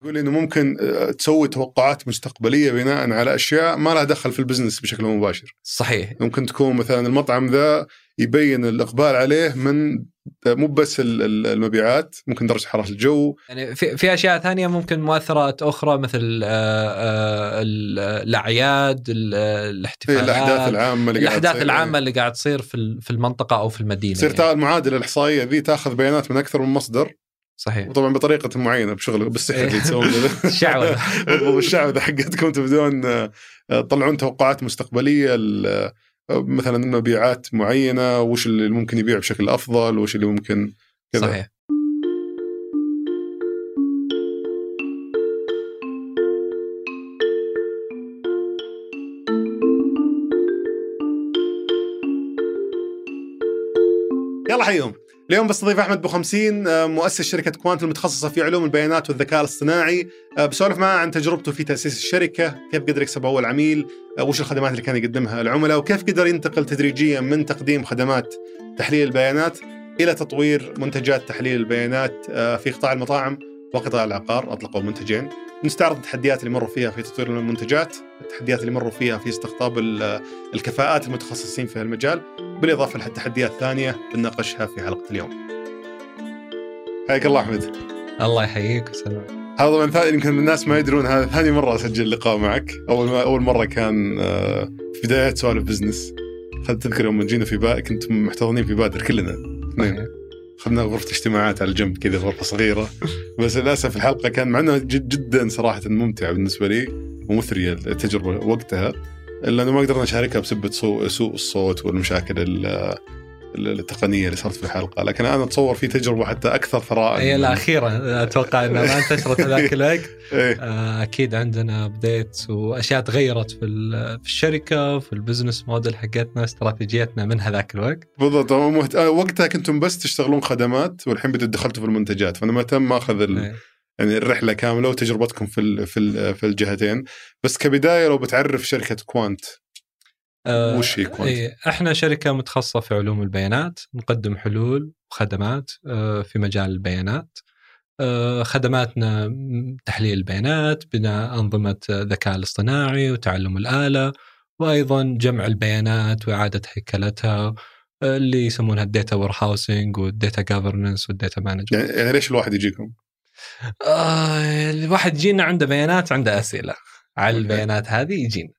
تقول إنه ممكن تسوي توقعات مستقبلية بناء على أشياء ما لها دخل في البزنس بشكل مباشر. صحيح. ممكن تكون مثلا المطعم ذا يبين الإقبال عليه من مو بس المبيعات، ممكن درجة حرارة الجو، يعني في أشياء ثانية ممكن مؤثرات أخرى مثل الأعياد، الاحتفالات، الأحداث العامة اللي قاعد تصير في المنطقة أو في المدينة. تصير يعني المعادلة الإحصائية ذي تأخذ بيانات من أكثر من مصدر. صحيح. وطبعا بطريقة معينة بشغل بالسحر اللي تسوون الشعوذة الشعوذة حقتكم تبدون تطلعون توقعات مستقبلية مثلا مبيعات معينة، وش اللي ممكن يبيع بشكل أفضل وش اللي ممكن كذا. صحيح. يلا حيهم. اليوم بستضيف أحمد بوخمسين، مؤسس شركة كوانت المتخصصة في علوم البيانات والذكاء الاصطناعي. بسولف معه عن تجربته في تأسيس الشركة، كيف قدر يكسب أول عميل، وش الخدمات اللي كان يقدمها العملاء، وكيف قدر ينتقل تدريجيا من تقديم خدمات تحليل البيانات إلى تطوير منتجات تحليل البيانات في قطاع المطاعم وقطاع العقار. أطلقوا منتجين. نستعرض التحديات اللي مروا فيها في تطوير المنتجات، التحديات اللي مروا فيها في استقطاب الكفاءات المتخصصين في المجال، بالإضافة للتحديات الثانية بنناقشها في حلقة اليوم. حياك الله أحمد. الله يحييك وسلام. هذا طبعا ثاني، يمكن الناس ما يدرون، هذا ثاني مرة أسجل لقاء معك. أول مرة كان في بداية سوالف بزنس. خلت تذكر يوم جينا في كنتم محتضنين في بادر كلنا اثنين، خذنا غرفة اجتماعات على جنب كذا، غرفة صغيرة. بس للأسف الحلقة كان معنا جدا صراحة ممتعة بالنسبة لي ومثرية التجربة وقتها، إلا أنه ما قدرنا نشاركها بسبب سوء الصوت والمشاكل التقنية اللي صارت في الحلقة. لكن أنا أتصور في تجربة حتى أكثر ثراء. هي الأخيرة أتوقع أنها ما انتشرت ذاك الوقت. أكيد عندنا بديت وأشياء تغيرت في الشركة، في البزنس موديل حقتنا، استراتيجيتنا من هذاك الوقت. بالضبط. وقتها كنتم بس تشتغلون خدمات، والحين دخلتوا في المنتجات، فأنا ما تم أخذ يعني الرحلة كاملة وتجربتكم في الجهتين. بس كبداية لو بتعرف شركة كوانت، وش هي كوانت؟ احنا شركة متخصصة في علوم البيانات، نقدم حلول وخدمات في مجال البيانات. خدماتنا تحليل البيانات، بناء أنظمة ذكاء الاصطناعي وتعلم الآلة، وأيضا جمع البيانات وإعادة هيكلتها اللي يسمونها الداتا ويرهاوسنج والداتا جافرننس والداتا مانجمنت. يعني ليش الواحد يجيكم؟ الواحد يجينا عنده بيانات، عنده أسئلة على البيانات هذه يجينا.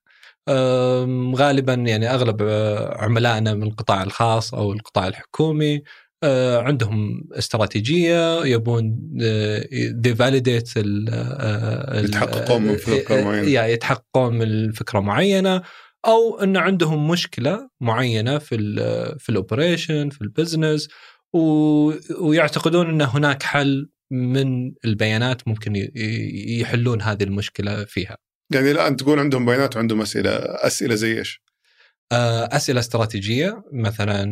غالبا يعني أغلب عملائنا من القطاع الخاص أو القطاع الحكومي عندهم استراتيجية، يبون validate يتحققون من فكرة معينة، يتحققون من فكرة معينة، أو أن عندهم مشكلة معينة في الأوبريشن في البزنس، ويعتقدون أن هناك حل من البيانات ممكن يحلون هذه المشكلة فيها. يعني لا، أنت تقول عندهم بيانات وعندهم أسئلة زي إيش؟ أسئلة استراتيجية مثلا.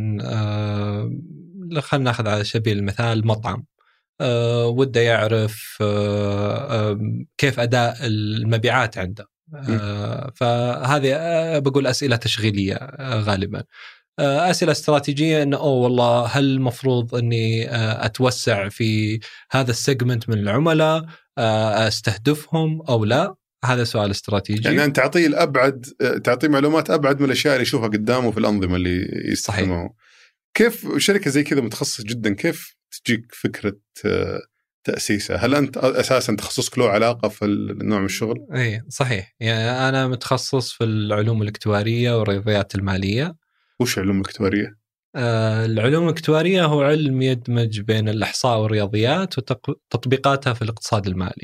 خلنا نأخذ على سبيل المثال مطعم وده يعرف كيف أداء المبيعات عنده. فهذه بقول أسئلة تشغيلية غالبا. أسئلة استراتيجية إنه والله هل المفروض إني أتوسع في هذا السيجمنت من العملاء، أستهدفهم أو لا؟ هذا سؤال استراتيجي. يعني أنت تعطيه معلومات أبعد من الأشياء اللي يشوفها قدامه في الأنظمة اللي يستخدمها. كيف شركة زي كذا متخصص جدا، كيف تجيك فكرة تأسيسها؟ هل أنت أساسا تخصصك له علاقة في النوع من الشغل؟ إيه صحيح. يعني أنا متخصص في العلوم الاكتوارية والرياضيات المالية. وش علوم الاكتوارية؟ العلوم الاكتوارية هو علم يدمج بين الإحصاء والرياضيات وتطبيقاتها في الاقتصاد المالي.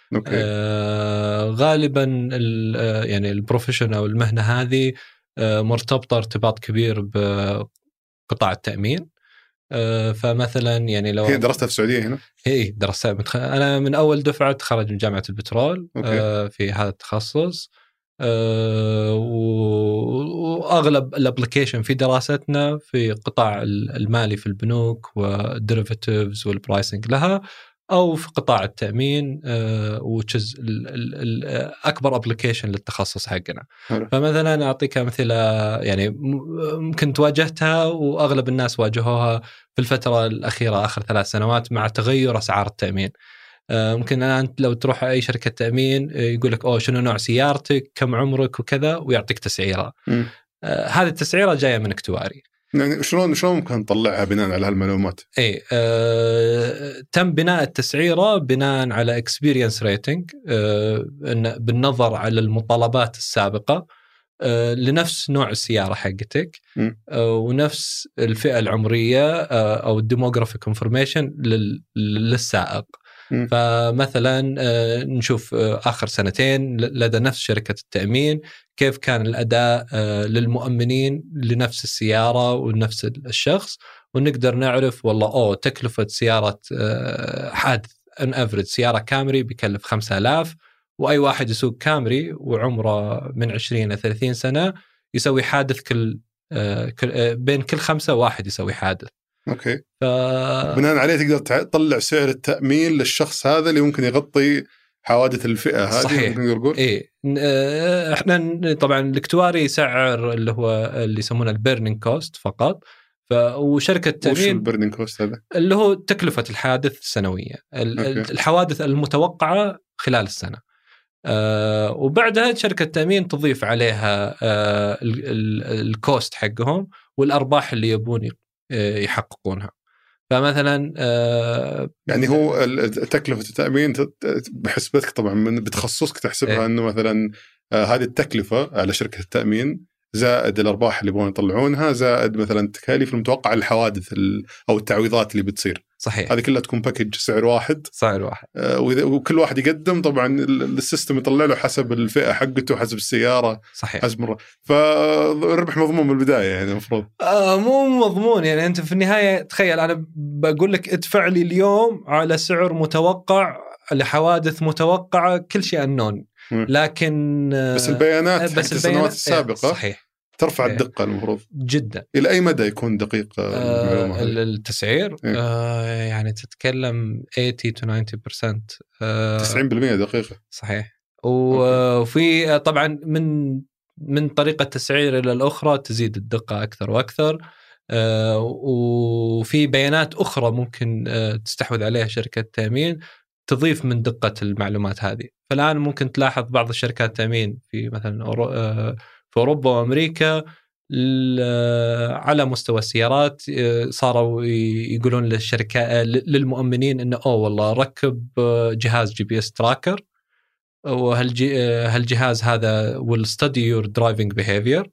غالبا يعني البروفيشن أو المهنة هذه مرتبطة ارتباط كبير بقطاع التأمين. فمثلا يعني لو هي درستها في السعودية هنا؟ هي درستها أنا من أول دفعة تخرج من جامعة البترول في هذا التخصص. وأغلب الابليكيشن في دراستنا في قطاع المالي في البنوك والديريفاتيفز والبرايسنج لها، أو في قطاع التأمين وتشز أكبر أبليكيشن للتخصص حقنا. فمثلا أعطيك أمثلة يعني ممكن تواجهتها وأغلب الناس واجهوها في الفترة الأخيرة آخر 3 سنوات مع تغير أسعار التأمين. ممكن أنت لو تروح أي شركة تأمين يقول لك شنو نوع سيارتك، كم عمرك وكذا، ويعطيك تسعيرة. هذه التسعيرة جاية من اكتواري. يعني شلون ممكن نطلعها بناء على هالمعلومات؟ تم بناء التسعيرة بناء على experience rating، بالنظر على المطالبات السابقة لنفس نوع السيارة حقتك، ونفس الفئة العمرية أو الديموغرافيك انفورميشن للسائق. فمثلا نشوف آخر سنتين لدى نفس شركة التأمين كيف كان الأداء للمؤمنين لنفس السيارة ونفس الشخص، ونقدر نعرف والله تكلفة سيارة حادث ان افريج سيارة كامري بيكلف 5000، وأي واحد يسوق كامري وعمره من 20 إلى 30 سنة يسوي حادث بين كل 5 واحد يسوي حادث. اوكي. بناء عليه تقدر تطلع سعر التأمين للشخص هذا اللي ممكن يغطي حوادث الفئة هذه. صحيح. احنا طبعا الاكتواري يسعر اللي يسمونه البيرنينج كوست فقط. وشركة التأمين، وش البيرنينج كوست هذا؟ اللي هو تكلفة الحادث السنوية، الحوادث المتوقعة خلال السنة. وبعدها شركة التأمين تضيف عليها الكوست حقهم والأرباح اللي يبون يحققونها. فمثلا يعني هو تكلفة التأمين بحسبتك طبعا بتخصصك تحسبها أنه مثلا هذه التكلفة على شركة التأمين زائد الأرباح اللي يبغون يطلعونها زائد مثلا التكاليف المتوقعة الحوادث أو التعويضات اللي بتصير. صحيح. هذه كلها تكون باكج سعر واحد. وكل واحد يقدم طبعا السيستم يطلع له حسب الفئة حقته حسب السيارة. صحيح. حسب مرة. فالربح مضمون من البداية يعني المفروض. مو مضمون، يعني أنت في النهاية تخيل أنا بقول لك ادفع لي اليوم على سعر متوقع لحوادث متوقعة، كل شيء أنون، لكن بس البيانات حق السنوات السابقة صحيح ترفع الدقة المفروض جدا. إلى أي مدى يكون دقيق المعلومة هذه؟ التسعير يعني تتكلم 80-90%. 90% دقيقة. صحيح. وفي طبعا من طريقة تسعير إلى الأخرى تزيد الدقة أكثر وأكثر. وفي بيانات أخرى ممكن تستحوذ عليها شركة التأمين تضيف من دقة المعلومات هذه. فالآن ممكن تلاحظ بعض الشركات التأمين في مثلا في أوروبا وأمريكا على مستوى السيارات صاروا يقولون للشركات للمؤمنين إنه والله ركب جهاز GPS تراكر، وهالجهاز هذا will study your driving behavior،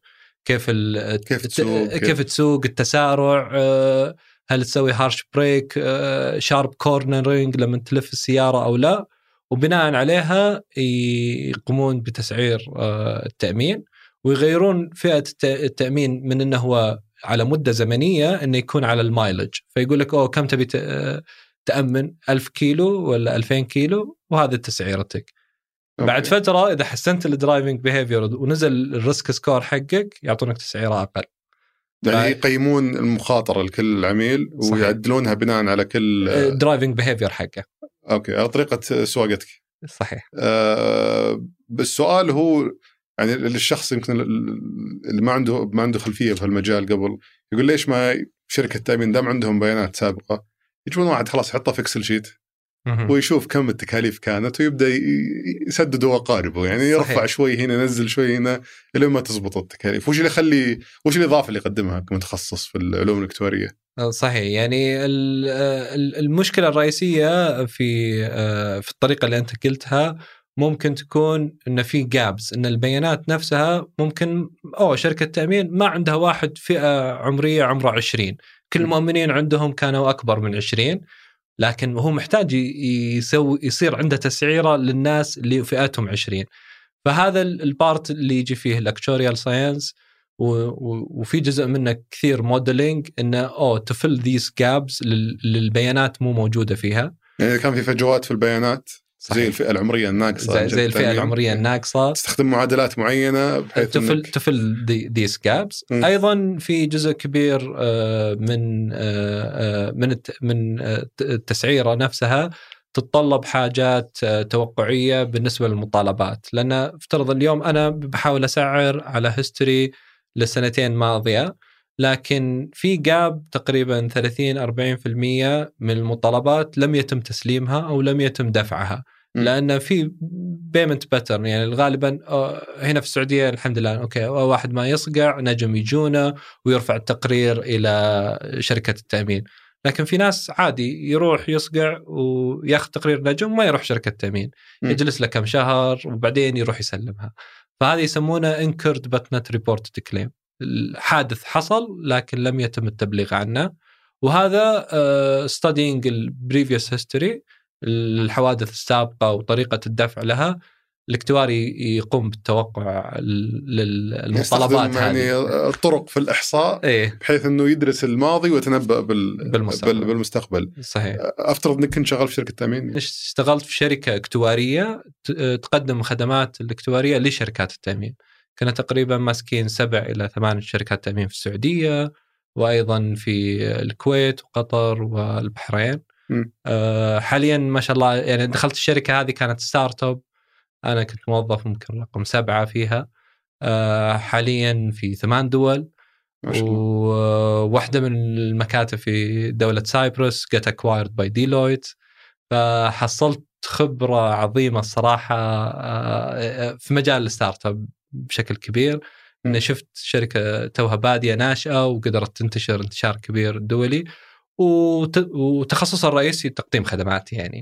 كيف تسوق التسارع، هل تسوي هارش بريك، شارب كورنرينج لما تلف السيارة أو لا، وبناء عليها يقومون بتسعير التأمين، ويغيرون فئة التأمين من أنه هو على مدة زمنية أنه يكون على المايلج. فيقول لك كم تبي تأمن 1000 كيلو ولا 2000 كيلو، وهذا تسعيرتك. بعد فترة إذا حسنت الدرايفنج بيهيفير ونزل الريسك سكور حقك يعطونك تسعيرة أقل. يعني يقيمون المخاطرة لكل عميل ويعدلونها بناء على كل درايفنج بيهيفير حقه. أوكي، على طريقة سواقتك. صحيح. بالسؤال هو يعني للشخص يمكن اللي ما عنده خلفية في المجال قبل، يقول ليش ما شركة تأمين دام عندهم بيانات سابقة يجيبون واحد خلاص يحطها في إكسل شيت ويشوف كم التكاليف كانت ويبدأ يسدد وقاربه، يعني يرفع صحيح. شوي هنا ينزل شوي هنا لما تزبط التكاليف. وش الإضافة اللي يقدمها كمتخصص في العلوم الاكتوارية؟ صحيح. يعني المشكلة الرئيسية في الطريقة اللي أنت قلتها ممكن تكون إن في جابس، إن البيانات نفسها ممكن شركة تأمين ما عندها واحد فئة عمرية عمره 20، كل المؤمنين عندهم كانوا أكبر من 20، لكن هو محتاج يصير عنده تسعيرة للناس اللي فئاتهم 20. فهذا البارت اللي يجي فيه الاكتوريال ساينس، وفي جزء منه كثير موديلينج انه تفل ذيس جابس للبيانات مو موجودة فيها. يعني كان في فجوات في البيانات. صحيح. زي الفئة العمرية الناقصة، زي الفئة العمرية الناقصة تستخدم معادلات معينة بحيث تفل these gaps. أيضا في جزء كبير من التسعيرة نفسها تتطلب حاجات توقعية بالنسبة للمطالبات، لأن افترض اليوم أنا بحاول أسعر على هيستوري للسنتين ماضية، لكن في جاب تقريبا 30-40% من المطالبات لم يتم تسليمها أو لم يتم دفعها، لأن في بيمنت باترن. يعني غالبا هنا في السعودية الحمد لله أوكي، واحد ما يصقع نجم يجونا ويرفع التقرير إلى شركة التأمين، لكن في ناس عادي يروح يصقع وياخذ تقرير نجم وما يروح شركة التأمين، يجلس له كم شهر وبعدين يروح يسلمها. فهذه يسمونه incurred but not reported claim، الحادث حصل لكن لم يتم التبليغ عنه. وهذا studying the previous history، الحوادث السابقة وطريقة الدفع لها، الاكتواري يقوم بالتوقع للمطالبات يعني الطرق في الإحصاء بحيث أنه يدرس الماضي ويتنبأ بالمستقبل. صحيح. أفترض أنك كنت شغال في شركة تأمين. اشتغلت في شركة اكتوارية تقدم خدمات الاكتوارية لشركات التأمين. كنا تقريبا ماسكين 7 إلى 8 شركات تأمين في السعودية، وأيضا في الكويت وقطر والبحرين. حاليا ما شاء الله يعني دخلت الشركة هذه كانت ستارت اب، أنا كنت موظف ممكن رقم 7 فيها. حاليا في 8 دول، وواحدة من المكاتب في دولة سايبرس get acquired by Deloitte. فحصلت خبرة عظيمة الصراحة في مجال الستارت اب بشكل كبير. إن شفت شركة توها بادية ناشئة وقدرت تنتشر انتشار كبير دولي، وتخصص الرئيسي تقديم خدمات يعني.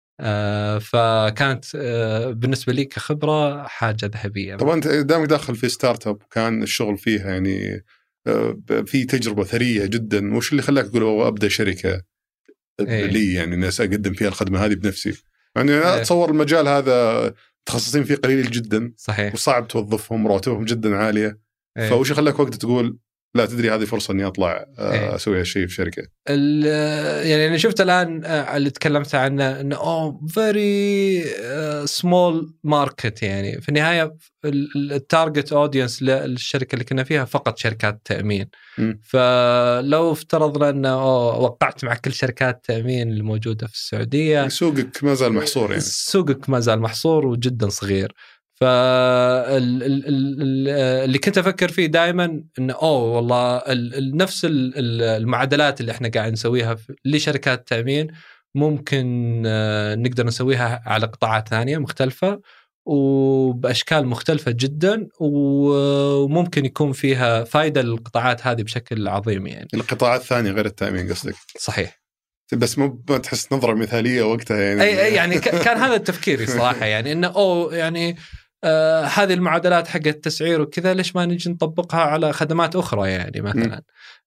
فكانت بالنسبة لي كخبرة حاجة ذهبية. طبعا أنت دامك داخل في ستارت اب كان الشغل فيها يعني في تجربة ثرية جدا، وش اللي خلاك تقول أبدأ شركة لي يعني الناس أقدم فيها الخدمة هذه بنفسي؟ يعني أتصور المجال هذا تخصصين فيه قليل جدا. صحيح. وصعب توظفهم، رواتبهم جدا عالية. فوش خلاك وقت تقول لا تدري هذه فرصة إني أطلع أسوي هالشيء في شركة؟ يعني أنا شفت الآن اللي تكلمت عنه إنه very small market، يعني في النهاية التارجت أودينس للشركة اللي كنا فيها فقط شركات تأمين. فلو افترضنا أنه وقعت مع كل شركات التأمين الموجودة في السعودية، سوقك ما زال محصور، يعني سوقك ما زال محصور وجدا صغير. فاللي كنت أفكر فيه دائما إنه والله نفس المعادلات اللي إحنا قاعد نسويها لشركات التأمين ممكن نقدر نسويها على قطاعات ثانية مختلفة وبأشكال مختلفة جدا، وممكن يكون فيها فايدة للقطاعات هذه بشكل عظيم. يعني القطاعات الثانية غير التأمين قصدك؟ صحيح. بس مو تحس نظرة مثالية وقتها يعني؟ يعني كان هذا التفكير صراحة، يعني إنه يعني هذه المعادلات حق التسعير وكذا ليش ما نجي نطبقها على خدمات أخرى؟ يعني مثلا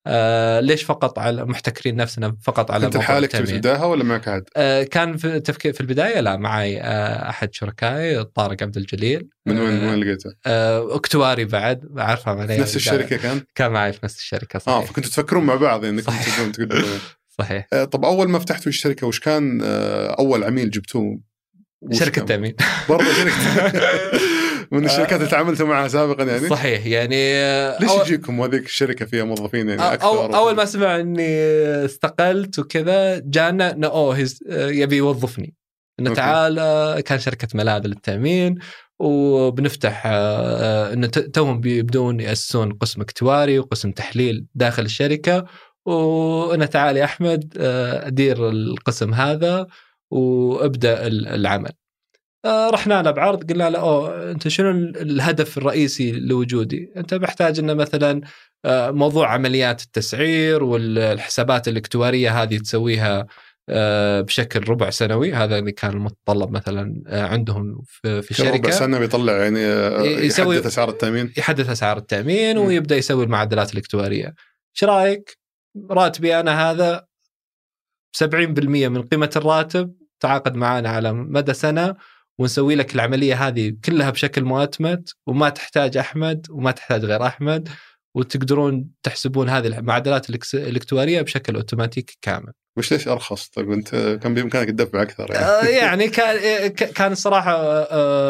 ليش فقط على محتكرين نفسنا فقط على موضوع التأمين؟ أنت حالك تبداها ولا معك أحد؟ كان في تفكير في البداية، لا معي أحد شركائي طارق عبد الجليل. من وين لقيته؟ اكتواري بعد عارفه معي. نفس الشركة كان معي في نفس الشركة. صحيح. فكنتوا تفكرون مع بعض يعني كنتوا تقدرون. صحيح. طب أول ما فتحتوا الشركة وش كان أول عميل جبتوه؟ شركة تأمين. برضه شركة من الشركات اللي تعاملتوا معها سابقا يعني؟ صحيح. يعني ليش يجيكم هذيك الشركة فيها موظفين يعني أكثر؟ أول ما سمع إني استقلت وكذا جانا إنه يبي يوظفني، إنه تعال كان شركة ملاذ للتأمين وبنفتح إنه توهم بيبدون يأسسون قسم اكتواري وقسم تحليل داخل الشركة، وأنا تعال يا أحمد أدير القسم هذا وأبدأ العمل. رحنا له بعرض، قلنا له أنت شنو الهدف الرئيسي لوجودي؟ أنت محتاج إنه مثلا موضوع عمليات التسعير والحسابات الاكتوارية هذه تسويها بشكل ربع سنوي. هذا اللي كان المتطلب مثلا عندهم في الشركة. ربع سنة بيطلع يعني يحدث أسعار التأمين، يحدث أسعار التأمين ويبدأ يسوي المعدلات الاكتوارية. ايش رايك راتبي انا هذا 70% من قيمة الراتب، تعاقد معنا على مدى سنة ونسوي لك العملية هذه كلها بشكل مؤتمت، وما تحتاج أحمد وما تحتاج غير أحمد، وتقدرون تحسبون هذه المعادلات الاكتوارية بشكل أوتوماتيكي كامل. وش ليش أرخص؟ طيب أنت كان بإمكانك تدفع أكثر يعني كان الصراحة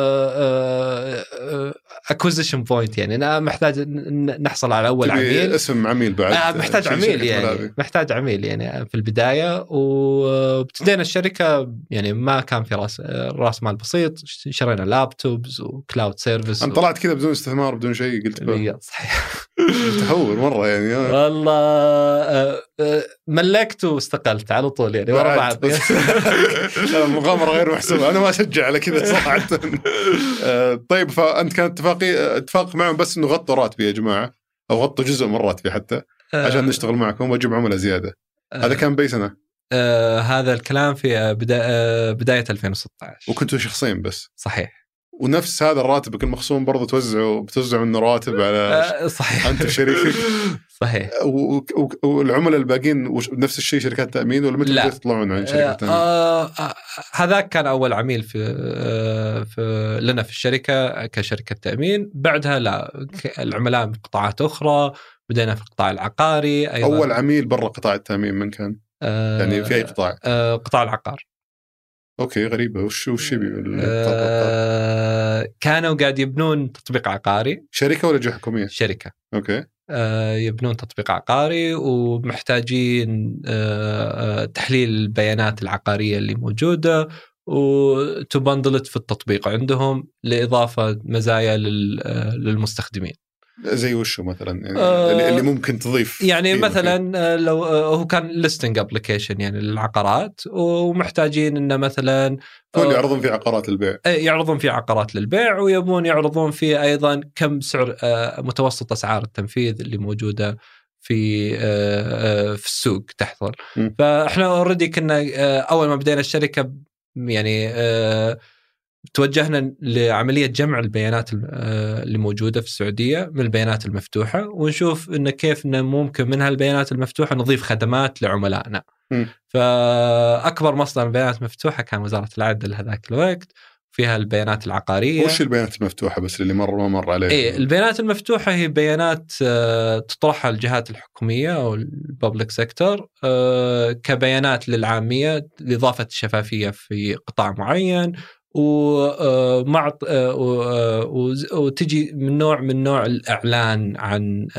acquisition point، يعني أنا محتاج نحصل على أول عميل، اسم عميل بعد محتاج عميل يعني محتاج عميل يعني في البداية. وابتدينا الشركة يعني ما كان في راس مال بسيط، شرينا لابتوبز وكلاود سيرفيس. أنا طلعت كذا بدون استثمار بدون شيء، قلت صحيح. تحول مرة يعني. والله ملكت واستقلت على طول يعني ورا بعض. مغامرة غير محسوبة، أنا ما أشجع على كذا صراحة. طيب فأنت كان اتفاق معهم بس إنه غطوا راتبي يا جماعة، أو غطوا جزء من راتبي حتى عشان نشتغل معكم وأجيب عملاء زيادة. هذا كان بأي سنة؟ هذا الكلام في بداية 2016. وكنتوا شخصين بس؟ صحيح. ونفس هذا الراتب كل مخصوم برضه بتوزعوا منه راتب على صحيح. أنت وشريكك؟ صحيح. والعملاء الباقين نفس الشيء شركات تأمين ولا متى تطلعون عن شركات تأمين؟ هذاك كان أول عميل في لنا في الشركة كشركة تأمين. بعدها لا، العملاء بقطاعات أخرى، بدأنا في القطاع العقاري أيضا. أول عميل برا قطاع التأمين من كان؟ يعني في أي قطاع؟ قطاع العقار. أوكي غريبة. وش يبي؟ كانوا قاعد يبنون تطبيق عقاري. شركة ولا جهة حكومية؟ شركة. أوكي. يبنون تطبيق عقاري ومحتاجين تحليل البيانات العقارية اللي موجودة وتبندلت في التطبيق عندهم لإضافة مزايا للمستخدمين. زي وشو مثلا يعني اللي ممكن تضيف؟ يعني مثلا لو هو كان listing application يعني للعقارات، ومحتاجين إنه مثلا كل يعرضون في عقارات البيع، يعرضون في عقارات للبيع، ويبون يعرضون في أيضا كم سعر متوسط أسعار التنفيذ اللي موجودة في السوق تحصل. فإحنا أوريدي كنا أول ما بدينا الشركة يعني توجهنا لعملية جمع البيانات اللي موجودة في السعودية من البيانات المفتوحة، ونشوف إن كيف إن ممكن من هالبيانات المفتوحة نضيف خدمات لعملائنا. فأكبر مصدر البيانات المفتوحة كان وزارة العدل هذاك الوقت، فيها البيانات العقارية. وش البيانات المفتوحة بس اللي ما مر عليه؟ البيانات المفتوحة هي بيانات تطرحها الجهات الحكومية أو البابليك سيكتور كبيانات للعامية لإضافة الشفافية في قطاع معين، ومع وتجي من نوع الإعلان عن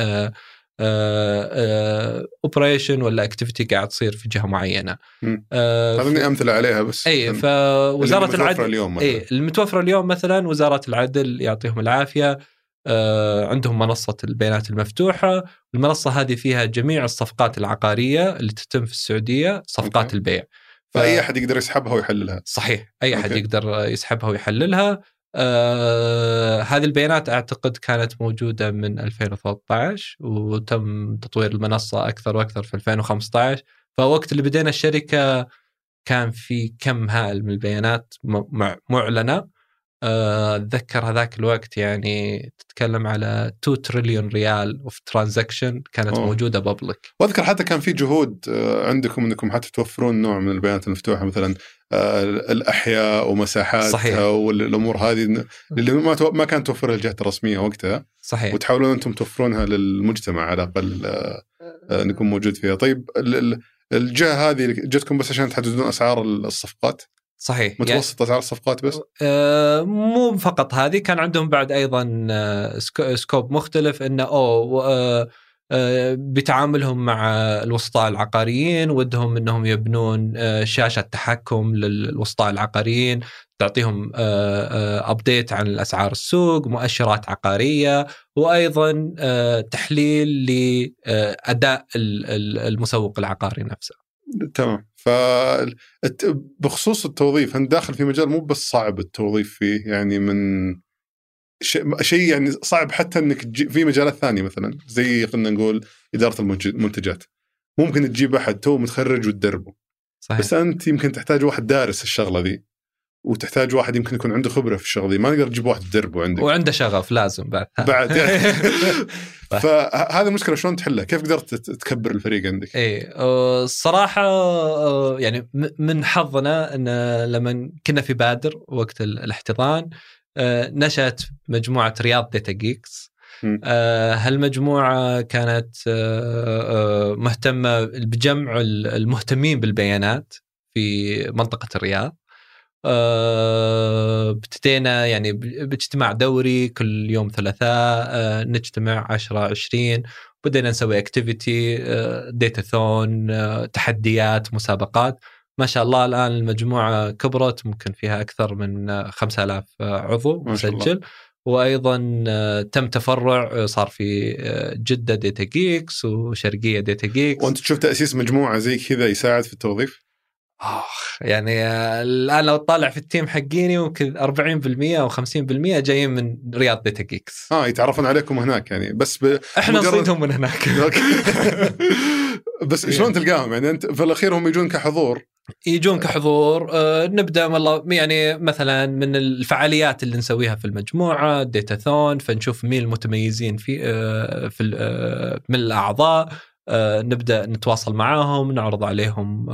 اوبريشن ولا اكتيفيتي قاعد تصير في جهة معينة. هذني أمثلة عليها بس. فوزارة العدل المتوفرة اليوم مثلا وزارة العدل يعطيهم العافية عندهم منصة البيانات المفتوحة. المنصة هذه فيها جميع الصفقات العقارية اللي تتم في السعودية، صفقات البيع. فأي أحد يقدر يسحبها ويحللها. صحيح، أي أحد يقدر يسحبها ويحللها. هذه البيانات أعتقد كانت موجودة من 2013 وتم تطوير المنصة أكثر وأكثر في 2015. فوقت اللي بدينا الشركة كان في كم هائل من البيانات معلنة. أتذكر هذاك الوقت يعني تتكلم على 2 تريليون ريال of transaction كانت موجودة بابليك. وأذكر حتى كان في جهود عندكم أنكم حتى توفرون نوع من البيانات المفتوحة، مثلا الأحياء ومساحاتها والأمور هذه اللي ما كانت توفرها الجهات الرسمية وقتها. صحيح. وتحاولون أنتم توفرونها للمجتمع على الأقل أنكم موجود فيها. طيب الجهة هذه جتكم بس عشان تحددون أسعار الصفقات؟ صحيح. متوسط أسعار الصفقات بس؟ مو فقط هذه، كان عندهم بعد أيضا سكوب مختلف إنه بتعاملهم مع الوسطاء العقاريين، ودهم إنهم يبنون شاشة تحكم للوسطاء العقاريين تعطيهم أبديت عن الأسعار السوق، مؤشرات عقارية، وأيضا تحليل لأداء المسوق العقاري نفسه. تمام. بخصوص التوظيف، أنت داخل في مجال مو بس صعب التوظيف فيه، يعني من شيء يعني صعب حتى أنك في مجالات ثانية مثلا زي قلنا نقول إدارة المنتجات، ممكن تجيب أحد تو متخرج وتدربه. صحيح. بس أنت يمكن تحتاج واحد دارس الشغلة ذي، وتحتاج واحد يمكن يكون عنده خبرة في الشغل ذي، ما نقدر نجيب واحد تدربه عندك وعنده شغف لازم بعد يعني. فهذا المشكلة شلون تحلها؟ كيف قدرت تكبر الفريق عندك؟ الصراحة يعني من حظنا أن لما كنا في بادر وقت الاحتضان نشأت مجموعة رياض داتا جيكس. هالمجموعة كانت مهتمة بجمع المهتمين بالبيانات في منطقة الرياض. ابتدينا يعني باجتماع دوري كل يوم ثلاثاء، نجتمع 10-20، بدينا نسوي اكتيفيتي، ديتاثون، تحديات، مسابقات. ما شاء الله الآن المجموعة كبرت، ممكن فيها أكثر من 5000 عضو مسجل، وأيضا تم تفرع، صار في جدة داتا جيكس وشرقية داتا جيكس. وأنت تشوف تأسيس مجموعة زي كذا يساعد في التوظيف؟ يعني الآن لو تطالع في التيم حقيني ممكن 40% أو 50% جايين من رياض داتا جيكس. يتعرفون عليكم هناك يعني، بس احنا نصيدهم من هناك. بس شلون تلقاهم يعني؟ أنت في الأخير هم يجون كحضور. نبدأ والله يعني مثلا من الفعاليات اللي نسويها في المجموعة ديتاثون، فنشوف مين المتميزين في من الأعضاء، نبدأ نتواصل معاهم، نعرض عليهم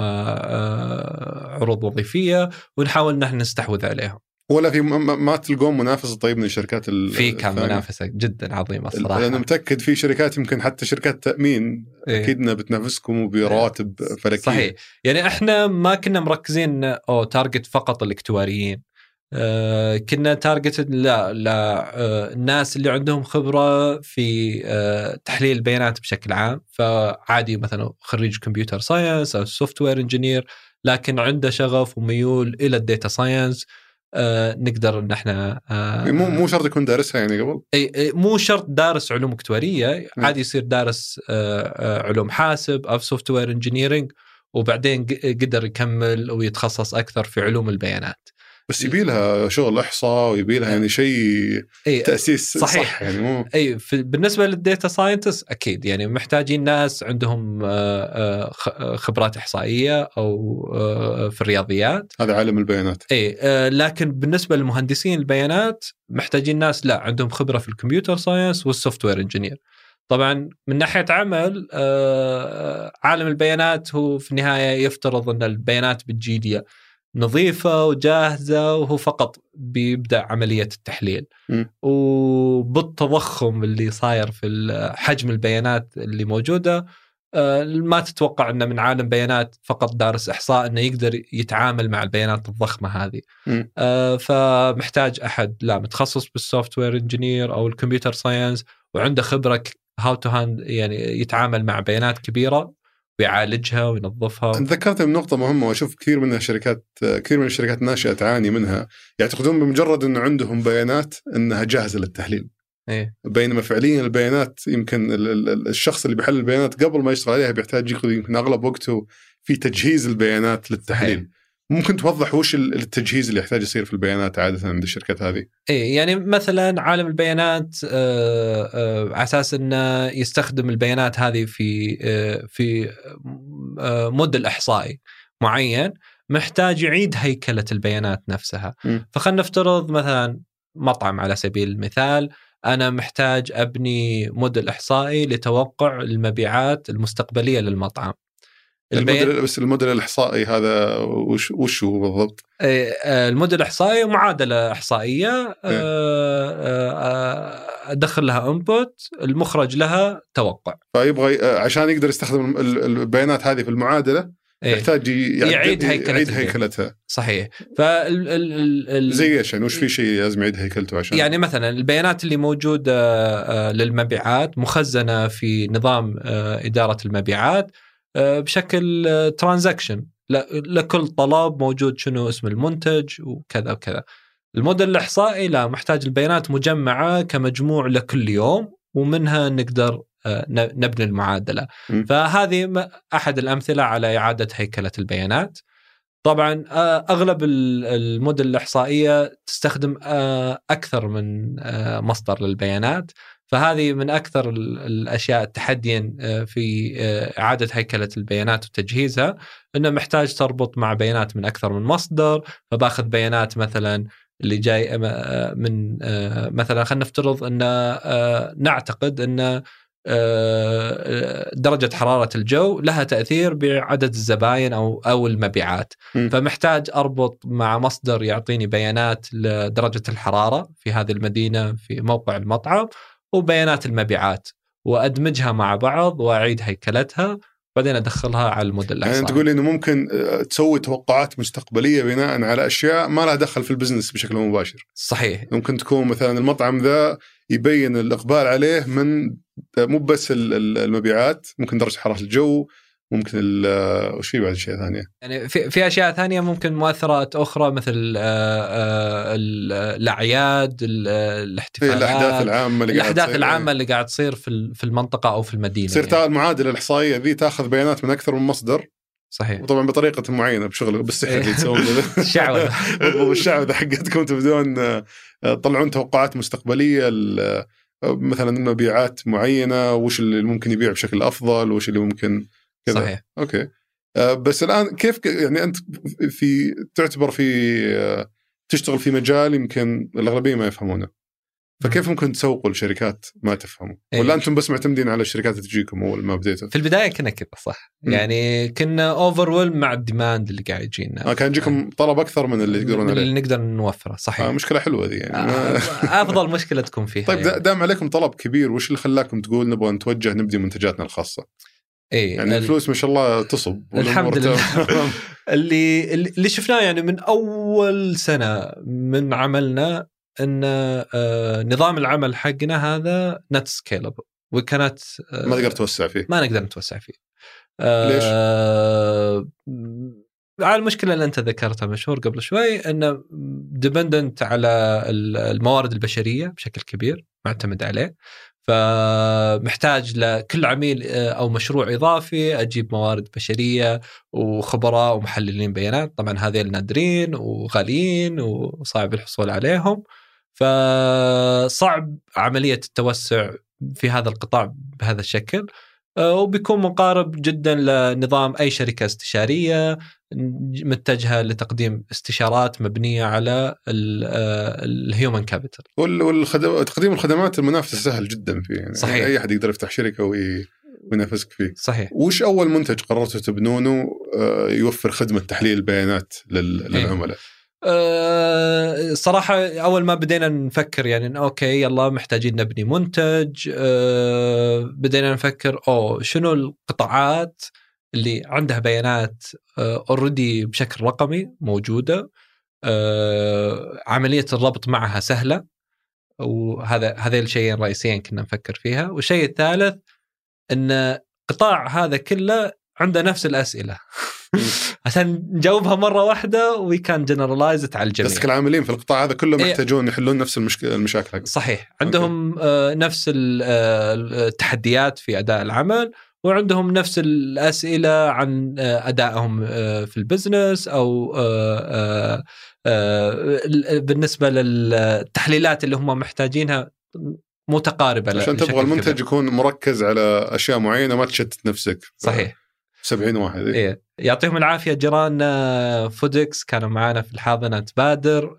عروض وظيفية ونحاول نحن نستحوذ عليهم. ولا في ما تلقون منافسة طيب من الشركات في كان منافسة جدا عظيمة الصراحة. أنا متأكد في شركات يمكن حتى شركات تأمين أكيدنا بتنافسكم وبرواتب فلكية. صحيح، يعني احنا ما كنا مركزين تارجت فقط الاكتواريين، كنا تارجت الناس اللي عندهم خبرة في تحليل البيانات بشكل عام، فعادي مثلا خريج كمبيوتر ساينس أو سوفت وير انجينير لكن عنده شغف وميول إلى الداتا ساينس. نقدر ان احنا مو شرط يكون دارسها يعني قبل، مو شرط دارس علوم اكتواريه، عادي يصير دارس علوم حاسب او سوفت وير انجينيرنج وبعدين قدر يكمل ويتخصص اكثر في علوم البيانات. بس يبي لها شغل احصاء ويبي لها يعني شيء تاسيس صح يعني مو بالنسبه للديتا ساينتست اكيد يعني محتاجين ناس عندهم خبرات احصائيه او في الرياضيات، هذا عالم البيانات. لكن بالنسبه للمهندسين البيانات محتاجين ناس لا عندهم خبره في الكمبيوتر ساينس والسوفت وير انجينير. طبعا من ناحيه عمل عالم البيانات هو في النهايه يفترض ان البيانات بتجي نظيفة وجاهزة وهو فقط بيبدأ عملية التحليل. وبالتضخم اللي صاير في حجم البيانات اللي موجودة ما تتوقع أنه من عالم بيانات فقط دارس إحصاء أنه يقدر يتعامل مع البيانات الضخمة هذه. فمحتاج أحد لا متخصص بالسوفت وير انجينير أو الكمبيوتر ساينس وعنده خبرة هاو تو هاند يعني يتعامل مع بيانات كبيرة ويعالجها وينظفها. ذكرت من نقطة مهمة وأشوف كثير من الشركات الناشئة تعاني منها، يعتقدون بمجرد أنه عندهم بيانات أنها جاهزة للتحليل. بينما فعليا البيانات يمكن الشخص اللي بيحلل البيانات قبل ما يشتغل عليها بيحتاج يأخذ يمكن أغلب وقته في تجهيز البيانات للتحليل. ممكن توضح وش التجهيز اللي يحتاج يصير في البيانات عادة عند الشركات هذه؟ يعني مثلا عالم البيانات على أساس أنه يستخدم البيانات هذه في موديل إحصائي معين محتاج يعيد هيكلة البيانات نفسها. فخلنا نفترض مثلا مطعم على سبيل المثال، أنا محتاج أبني موديل إحصائي لتوقع المبيعات المستقبلية للمطعم. بس الموديل الإحصائي هذا وش هو بالضبط؟ الموديل الإحصائي معادلة إحصائية أدخل لها انبوت، المخرج لها توقع. فيبغى عشان يقدر يستخدم البيانات هذه في المعادلة يحتاج يعيد هيكلتها. صحيح. زي ايش يعني وش في شيء لازم يعيد هيكلته عشان يعني مثلا البيانات اللي موجودة للمبيعات مخزنة في نظام إدارة المبيعات بشكل ترانزاكشن، لكل طلب موجود شنو اسم المنتج وكذا وكذا. الموديل الإحصائي لا، محتاج البيانات مجمعة كمجموع لكل يوم ومنها نقدر نبني المعادلة. فهذه أحد الأمثلة على إعادة هيكلة البيانات. طبعا أغلب الموديل الإحصائية تستخدم أكثر من مصدر للبيانات، فهذه من أكثر الأشياء تحديا في إعادة هيكلة البيانات وتجهيزها، أنه محتاج تربط مع بيانات من أكثر من مصدر. فباخذ بيانات مثلا اللي جاي من مثلا خلينا نفترض أن نعتقد أن درجة حرارة الجو لها تأثير بعدد الزباين أو المبيعات. فمحتاج أربط مع مصدر يعطيني بيانات لدرجة الحرارة في هذه المدينة في موقع المطعم وبيانات المبيعات وأدمجها مع بعض وأعيد هيكلتها بعدين أدخلها على الموديل الإحصائي. يعني تقول إنه ممكن تسوي توقعات مستقبلية بناء على أشياء ما لها دخل في البزنس بشكل مباشر. صحيح. ممكن تكون مثلا المطعم ذا يبين الإقبال عليه من مو بس المبيعات، ممكن درجة حرارة الجو، ممكن وش في بعد أشياء ثانية؟ يعني في أشياء ثانية ممكن مؤثرات أخرى مثل الأعياد، الاحتفالات، الأحداث العامة اللي قاعد تصير في المنطقة أو في المدينة. تصير يعني المعادلة الإحصائية ذي تأخذ بيانات من أكثر من مصدر. صحيح. وطبعا بطريقة معينة بشغل بالسحر اللي تسوون الشعوذة والشعوذة حقتكم تبدون تطلعون توقعات مستقبلية مثلا مبيعات معينة، وش اللي ممكن يبيع بشكل أفضل وش اللي ممكن كذا. صحيح. أوكي. بس الآن كيف يعني أنت تعتبر في تشتغل في مجال يمكن الأغلبية ما يفهمونه، فكيف ممكن تسوقوا لشركات ما تفهموا؟ ولا أنتم بس معتمدين على الشركات اللي تجيكم أول ما بديتوا؟ في البداية كنا كذا صح. يعني كنا أوفرول مع الديماند اللي قاعد يجينا. كان يجيكم طلب أكثر من اللي تقدرون عليه. اللي نقدر نوفره. صحيح. مشكلة حلوة دي يعني. أفضل مشكلة تكون فيها. طيب يعني. دام عليكم طلب كبير، وش اللي خلاكم تقول نبغى نتوجه نبدي منتجاتنا الخاصة؟ يعني الفلوس ما شاء الله تصب. الحمد لله. اللي شفناه يعني من أول سنة من عملنا أن نظام العمل حقنا هذا not scalable، وكانت ما تقدر توسع فيه. ما نقدر نتوسع فيه. ليش؟ على المشكلة اللي أنت ذكرتها مشهور قبل شوي، أنه dependent على الموارد البشرية بشكل كبير، معتمد عليه. فمحتاج لكل عميل أو مشروع إضافي أجيب موارد بشرية وخبراء ومحللين بيانات. طبعا هذين نادرين وغاليين وصعب الحصول عليهم، فصعب عملية التوسع في هذا القطاع بهذا الشكل. وبيكون مقارب جدا لنظام أي شركة استشارية متجهة لتقديم استشارات مبنية على الهيومن كابيتال. تقديم الخدمات المنافسة سهل جدا فيه يعني. صحيح. أي أحد يقدر يفتح شركة وينافسك فيه. صحيح. وش أول منتج قررتوا تبنونه يوفر خدمة تحليل البيانات للعملاء؟ صراحة أول ما بدينا نفكر يعني إن أوكي يلا محتاجين نبني منتج، بدينا نفكر شنو القطاعات اللي عندها بيانات already بشكل رقمي موجودة، عملية الربط معها سهلة. هذا الشيئين الرئيسيين كنا نفكر فيها. والشيء الثالث إن قطاع هذا كله عنده نفس الأسئلة عشان نجاوبها مرة واحدة ويكان جنرالايزت على الجميع. بس العاملين في القطاع هذا كلهم يحتاجون يحلون نفس المشاكل. صحيح. عندهم نفس التحديات في أداء العمل، وعندهم نفس الأسئلة عن أدائهم في البزنس أو بالنسبة للتحليلات اللي هم محتاجينها متقاربة. عشان تبغى المنتج يكون مركز على أشياء معينة ما تشتت نفسك. صحيح. 70 واحد. إيه. يعطيهم العافية جيراننا فودكس كانوا معنا في الحاضنة تبادر،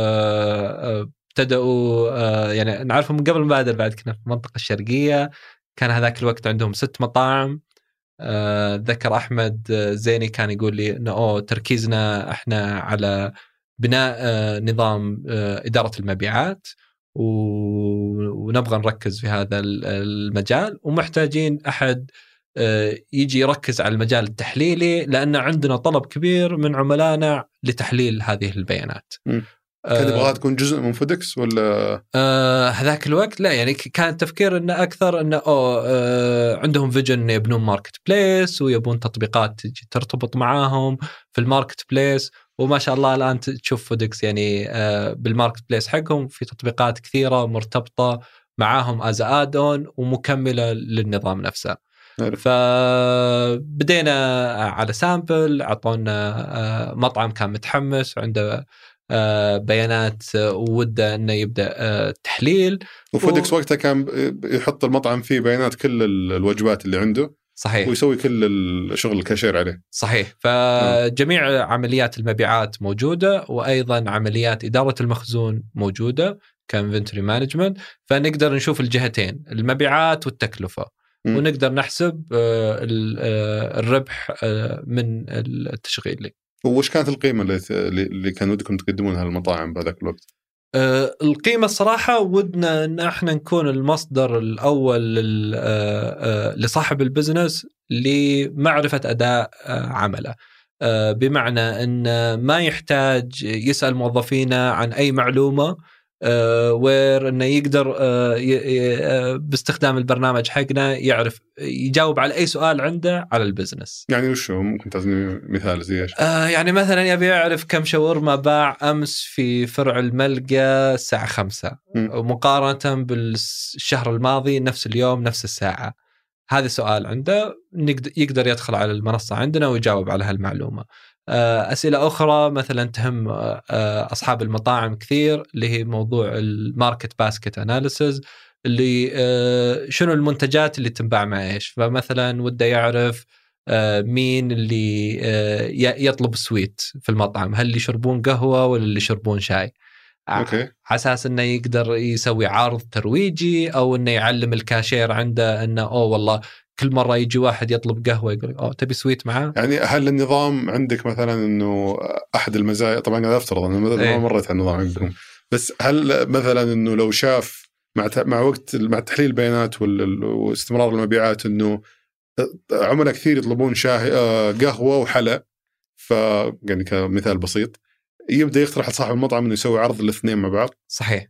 ابتدأوا يعني نعرفهم من قبل مبادر، بعد كنا في المنطقة الشرقية، كان هذاك الوقت عندهم 6 مطاعم. ذكر أحمد زيني كان يقول لي إنه تركيزنا إحنا على بناء نظام إدارة المبيعات، ونبغى نركز في هذا المجال، ومحتاجين أحد يجي يركز على المجال التحليلي لأن عندنا طلب كبير من عملائنا لتحليل هذه البيانات. كان يبغاها تكون جزء من فودكس ولا هذاك الوقت؟ لا، يعني كان التفكير إنه أكثر إنه عندهم فيجن يبنون ماركت بليس ويبون تطبيقات ترتبط معاهم في الماركت بليس. وما شاء الله الآن تشوف فودكس يعني بالماركت بليس حقهم في تطبيقات كثيرة مرتبطة معاهم as add on ومكملة للنظام نفسه. فبدينا على سامبل، عطونا مطعم كان متحمس عنده بيانات ووده انه يبدا تحليل. وفودكس وقتها كان يحط المطعم فيه بيانات كل الوجبات اللي عنده. صحيح. ويسوي كل الشغل الكاشير عليه. صحيح. فجميع عمليات المبيعات موجوده، وايضا عمليات اداره المخزون موجوده كانفنتوري مانجمنت. فنقدر نشوف الجهتين، المبيعات والتكلفه، ونقدر نحسب الربح من التشغيل. وش كانت القيمة اللي كان ودكم تقدمونها للمطاعم بهذاك الوقت؟ القيمة الصراحة ودنا أن احنا نكون المصدر الأول لصاحب البزنس لمعرفة أداء عمله، بمعنى أن ما يحتاج يسأل موظفينا عن أي معلومة وير انه يقدر باستخدام البرنامج حقنا يعرف يجاوب على اي سؤال عنده على البزنس. يعني وش هو؟ ممكن تعطيني مثال زي ايش؟ يعني مثلا يبي يعرف كم شاورما باع امس في فرع الملقا الساعه 5 مقارنه بالشهر الماضي نفس اليوم نفس الساعه. هذا سؤال عنده يقدر يدخل على المنصه عندنا ويجاوب على هالمعلومه. أسئلة أخرى مثلا تهم أصحاب المطاعم كثير اللي هي موضوع الماركت باسكت أناليسز، اللي شنو المنتجات اللي تنباع مع إيش. فمثلا وده يعرف مين اللي يطلب سويت في المطعم، هل اللي يشربون قهوة ولا اللي يشربون شاي، على أساس أنه يقدر يسوي عرض ترويجي، أو أنه يعلم الكاشير عنده أنه والله كل مرة يجي واحد يطلب قهوة يقول تبي سويت معاه. يعني هل النظام عندك مثلا أنه أحد المزايا، طبعا أنا أفترض أنه ما مرت على النظام عندكم، بس هل مثلا أنه لو شاف مع تحليل البيانات واستمرار المبيعات أنه عملاء كثير يطلبون شاي قهوة وحلا، يعني كمثال بسيط يبدأ يقترح لصاحب المطعم أنه يسوي عرض الاثنين مع بعض؟ صحيح.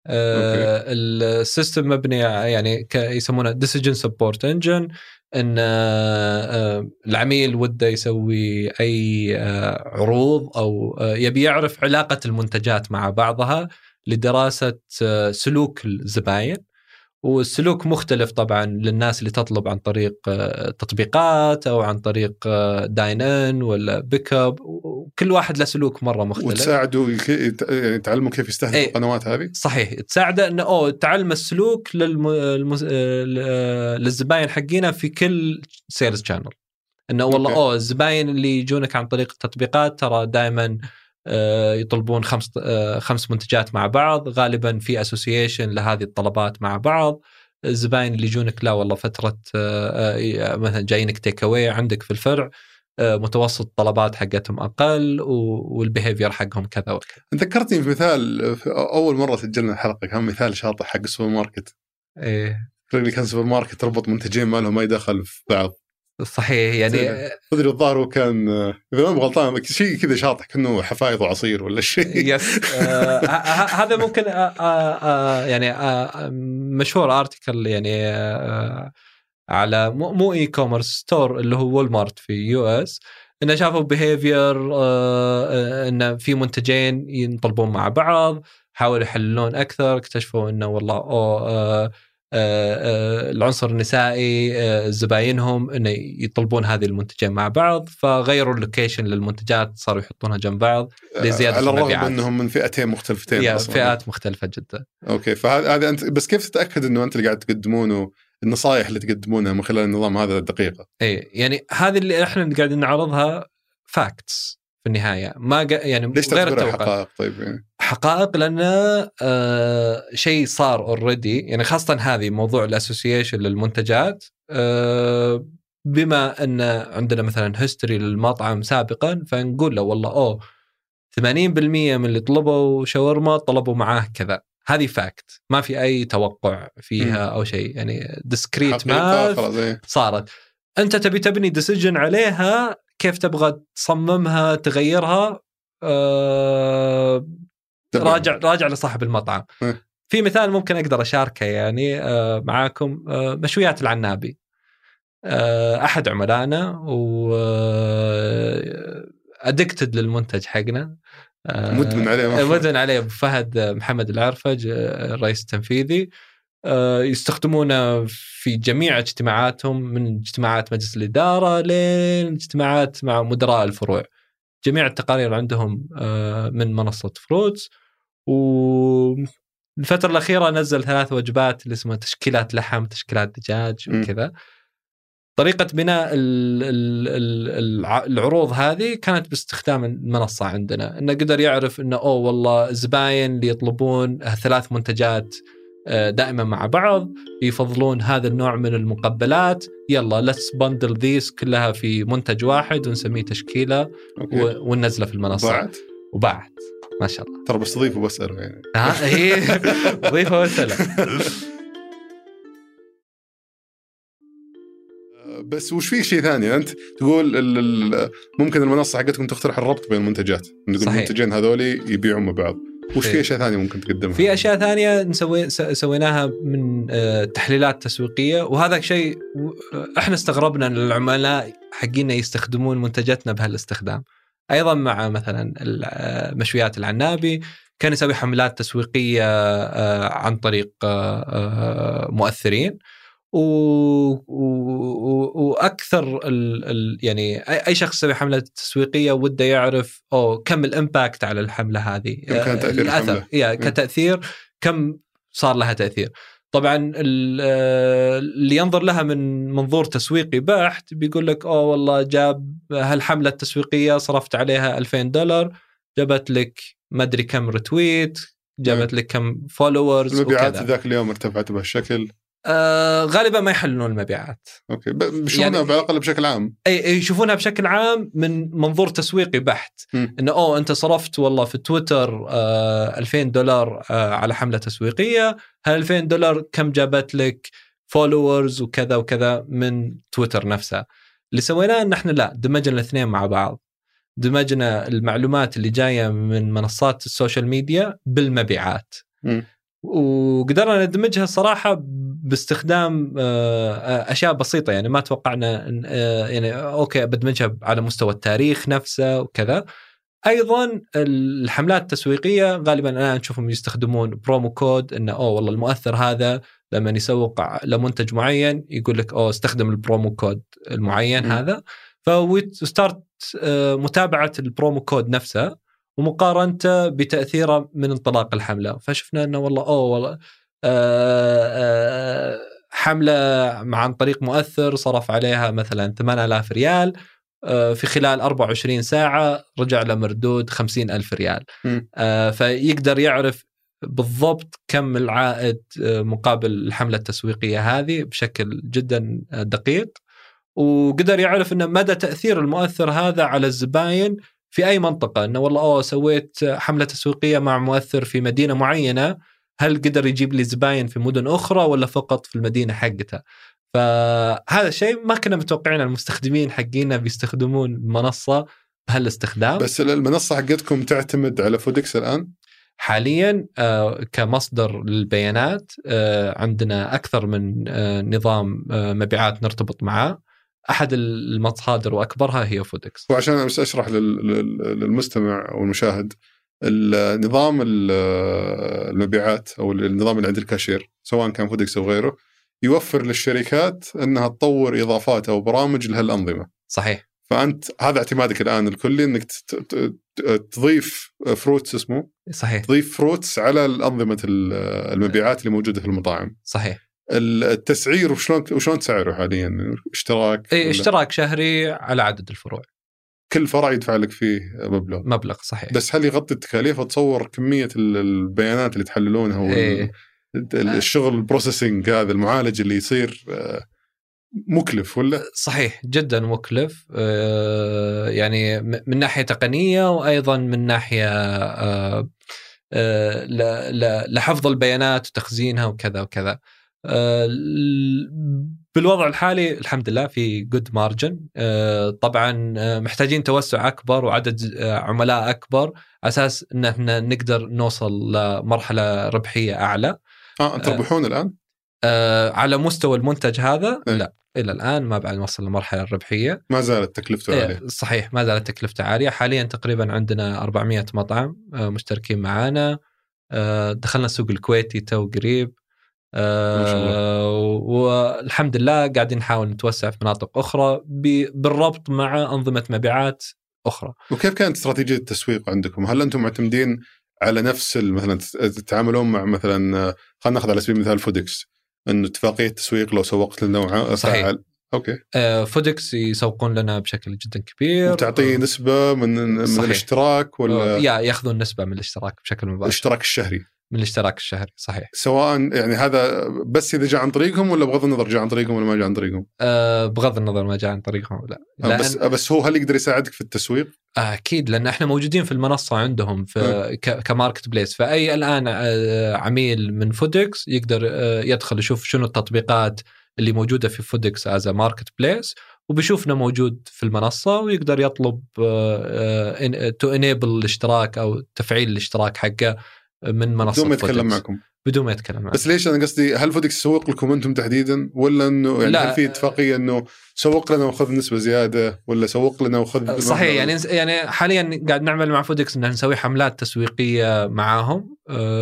السيستم مبني يعني يسمونه decision support engine، ان العميل وده يسوي اي عروض او يبي يعرف علاقة المنتجات مع بعضها لدراسة سلوك الزباين. والسلوك مختلف طبعا للناس اللي تطلب عن طريق تطبيقات أو عن طريق داين ان ولا بيك اب، وكل واحد له سلوك مرة مختلف. وتساعده يعني تعلمه كيف يستهدف القنوات هذه. صحيح، تساعده انه تعلم السلوك للزباين حقينا في كل سيلز شانل، انه والله الزباين اللي يجونك عن طريق التطبيقات ترى دائما يطلبون 5 منتجات مع بعض، غالبا في اسوسيشن لهذه الطلبات مع بعض. الزباين اللي يجونك لا والله فترة مثلا جايينك تيك اواي عندك في الفرع، متوسط الطلبات حقتهم أقل والبيهيفير حقهم كذا وكذا. ذكرتني في مثال في أول مرة سجلنا الحلقة، كان مثال شاطح حق السوبر ماركت. اللي كان سوبر ماركت تربط منتجين ما لهم ما يدخل في بعض. صحيح، يعني تدري الظاهر وكان إذا ما غلطان شيء كذا شاطح كأنه حفايض وعصير ولا شيء. يس. هذا ممكن يعني مشهور ارتكل يعني على مو اي كوميرس ستور اللي هو وول مارت في يو اس، انه شافوا بيهيفير انه في منتجين ينطلبون مع بعض، حاولوا يحللون اكثر، اكتشفوا انه والله العنصر النسائي زباينهم انه يطلبون هذه المنتجين مع بعض، فغيروا اللوكيشن للمنتجات، صاروا يحطونها جنب بعض لزياده على الرغم المبيعات. انهم من فئتين مختلفتين فئات مختلفه جدا. اوكي، فهذا انت بس كيف تتاكد انه انت اللي قاعد تقدمونه النصائح اللي تقدمونها من خلال النظام هذا دقيقه؟ يعني هذه اللي احنا قاعدين نعرضها فاكتس في النهايه، ما يعني ليش تعتبرها حقائق؟ طيب يعني حقائق لأن شيء صار اوريدي، يعني خاصة هذه موضوع الاسوسيشن للمنتجات، بما أن عندنا مثلا هيستوري للمطعم سابقا، فنقول له والله 80% من اللي طلبوا شاورما طلبوا معاه كذا. هذه فاكت، ما في أي توقع فيها أو شيء، يعني ديسكريت ما صارت. أنت تبي تبني ديسيجن عليها، كيف تبغى تصممها تغيرها، راجع لصاحب المطعم. في مثال ممكن أقدر أشاركه يعني معاكم، مشويات العنابي. أحد عملائنا وأدكتد للمنتج حقنا، مدمن عليه فهد محمد العرفج الرئيس التنفيذي، يستخدمونه في جميع اجتماعاتهم، من اجتماعات مجلس الإدارة لين اجتماعات مع مدراء الفروع. جميع التقارير عندهم من منصة فروتس. والفترة الأخيرة نزل 3 وجبات اللي اسمها تشكيلات لحم، تشكيلات دجاج وكذا. طريقة بناء العروض هذه كانت باستخدام المنصة عندنا، إنه قدر يعرف إنه والله الزباين اللي يطلبون 3 منتجات دائما مع بعض يفضلون هذا النوع من المقبلات، يلا let's bundle these كلها في منتج واحد ونسميه تشكيلة وننزله في المنصة. وباعت ما شاء الله. ترى بس ضيفه واسأله يعني. هي ضيفه واسأله. بس وش في شيء ثاني؟ أنت تقول ممكن المنصة حقتكم تقترح الربط بين المنتجات، نقول المنتجين هذولي يبيعون مع بعض، وش في أشياء ثانية ممكن تقدمها؟ في أشياء ثانية سويناها من تحليلات تسويقية، وهذا شيء احنا استغربنا أن العملاء حقينا يستخدمون منتجاتنا بهالاستخدام. أيضا مع مثلا مشويات العنابي كان يسوي حملات تسويقية عن طريق مؤثرين، واكثر يعني اي شخص يسوي حمله تسويقيه وده يعرف كم الامباكت على الحمله هذه، كان تاثير الحمله كتاثير، كم صار لها تاثير. طبعا اللي ينظر لها من منظور تسويقي بحت بيقول لك والله جاب هالحمله التسويقيه صرفت عليها $2000 جابت لك ما ادري كم رتويت، جابت لك كم فولورز، المبيعات ذاك اليوم ارتفعت بهالشكل. غالبا ما يحللون المبيعات. اوكي، بيشوفونها يعني على الاقل بشكل عام، اي يشوفونها بشكل عام من منظور تسويقي بحت. انه انت صرفت والله في تويتر $2000 على حمله تسويقيه، هال $2000 كم جابت لك فولورز وكذا وكذا من تويتر نفسها. اللي سويناه ان احنا لا دمجنا الاثنين مع بعض، دمجنا المعلومات اللي جايه من منصات السوشيال ميديا بالمبيعات، وقدرنا ندمجها صراحة باستخدام أشياء بسيطة. يعني ما توقعنا يعني أوكي بدمجها على مستوى التاريخ نفسه وكذا. أيضا الحملات التسويقية غالبا أنا نشوفهم يستخدمون برومو كود، إنه والله المؤثر هذا لما يسوق لمنتج معين يقول لك استخدم البرومو كود المعين هذا، فستارت متابعة البرومو كود نفسه ومقارنته بتأثيره من انطلاق الحملة. فشفنا أنه والله حملة عن طريق مؤثر صرف عليها مثلا $8000 في خلال 24 ساعة رجع له مردود $50,000. فيقدر يعرف بالضبط كم العائد مقابل الحملة التسويقية هذه بشكل جدا دقيق، وقدر يعرف أن مدى تأثير المؤثر هذا على الزباين في أي منطقة. إنه والله سويت حملة تسويقية مع مؤثر في مدينة معينة، هل قدر يجيب لي زباين في مدن أخرى ولا فقط في المدينة حقتها؟ فهذا الشيء ما كنا متوقعين المستخدمين حقينا بيستخدمون المنصة بهالاستخدام. بس المنصة حقتكم تعتمد على فودكس الآن؟ حاليا كمصدر للبيانات عندنا أكثر من نظام مبيعات نرتبط معه. أحد المصادر وأكبرها هي فودكس. وعشان بس أشرح للمستمع والمشاهد، النظام المبيعات أو النظام اللي عند الكاشير سواء كان فودكس أو غيره يوفر للشركات أنها تطور إضافات أو برامج لهالأنظمة. صحيح. فأنت هذا اعتمادك الآن الكلي أنك تضيف فروتس اسمه. صحيح. تضيف فروتس على الأنظمة المبيعات اللي موجودة في المطاعم. صحيح. التسعير وشلون تسعره حاليا؟ اشتراك؟ اشتراك شهري على عدد الفروع، كل فرع يدفع لك فيه مبلغ. صحيح. بس هل يغطي التكاليف؟ وتصور كمية البيانات اللي تحللونها الشغل البروسيسنج هذا المعالج اللي يصير مكلف ولا؟ صحيح جدا مكلف، يعني من ناحية تقنية وأيضا من ناحية لحفظ البيانات وتخزينها وكذا وكذا. بالوضع الحالي الحمد لله في جود مارجن. طبعا محتاجين توسع أكبر وعدد عملاء أكبر أساس أن احنا نقدر نوصل لمرحلة ربحية أعلى. تربحون الآن؟ على مستوى المنتج هذا لا، إلى الآن ما بعد نوصل لمرحلة الربحية، ما زالت تكلفته عالية. صحيح ما زالت تكلفته عالية. حاليا تقريبا عندنا 400 مطعم مشتركين معانا. دخلنا السوق الكويتي تو قريب، والحمد لله قاعدين نحاول نتوسع في مناطق أخرى بالربط مع أنظمة مبيعات أخرى. وكيف كانت استراتيجية التسويق عندكم؟ هل أنتم معتمدين على نفس مثلا تتعاملون مع مثلا خلينا ناخذ على سبيل المثال فودكس، إنه اتفاقية تسويق لو سوقت لنا فعال؟ أوكي. فودكس يسوقون لنا بشكل جدا كبير وتعطي نسبة من الاشتراك ولا ياخذون نسبة من الاشتراك بشكل مباشر؟ الاشتراك الشهري. من الاشتراك الشهري صحيح. سواء يعني هذا بس إذا جاء عن طريقهم ولا بغض النظر جاء عن طريقهم ولا ما جاء عن طريقهم؟ بغض النظر ما جاء عن طريقهم لا. بس هو هل يقدر يساعدك في التسويق؟ أكيد، لأن إحنا موجودين في المنصة عندهم في كماركت بليس. فأي الآن عميل من فودكس يقدر يدخل يشوف شنو التطبيقات اللي موجودة في فودكس as a market place، وبيشوفنا موجود في المنصة ويقدر يطلب to enable الاشتراك أو تفعيل الاشتراك حقه من منصه بدون ما يتكلم معكم. بدون ما يتكلم معكم. بس ليش انا قصدي هل فودكس يسوق لكم انتم تحديدا ولا انه يعني هل في اتفاقيه انه سوق لنا وخذ نسبه زياده ولا سوق لنا وخذ؟ صحيح يعني حاليا قاعد نعمل مع فودكس ان نسوي حملات تسويقيه معاهم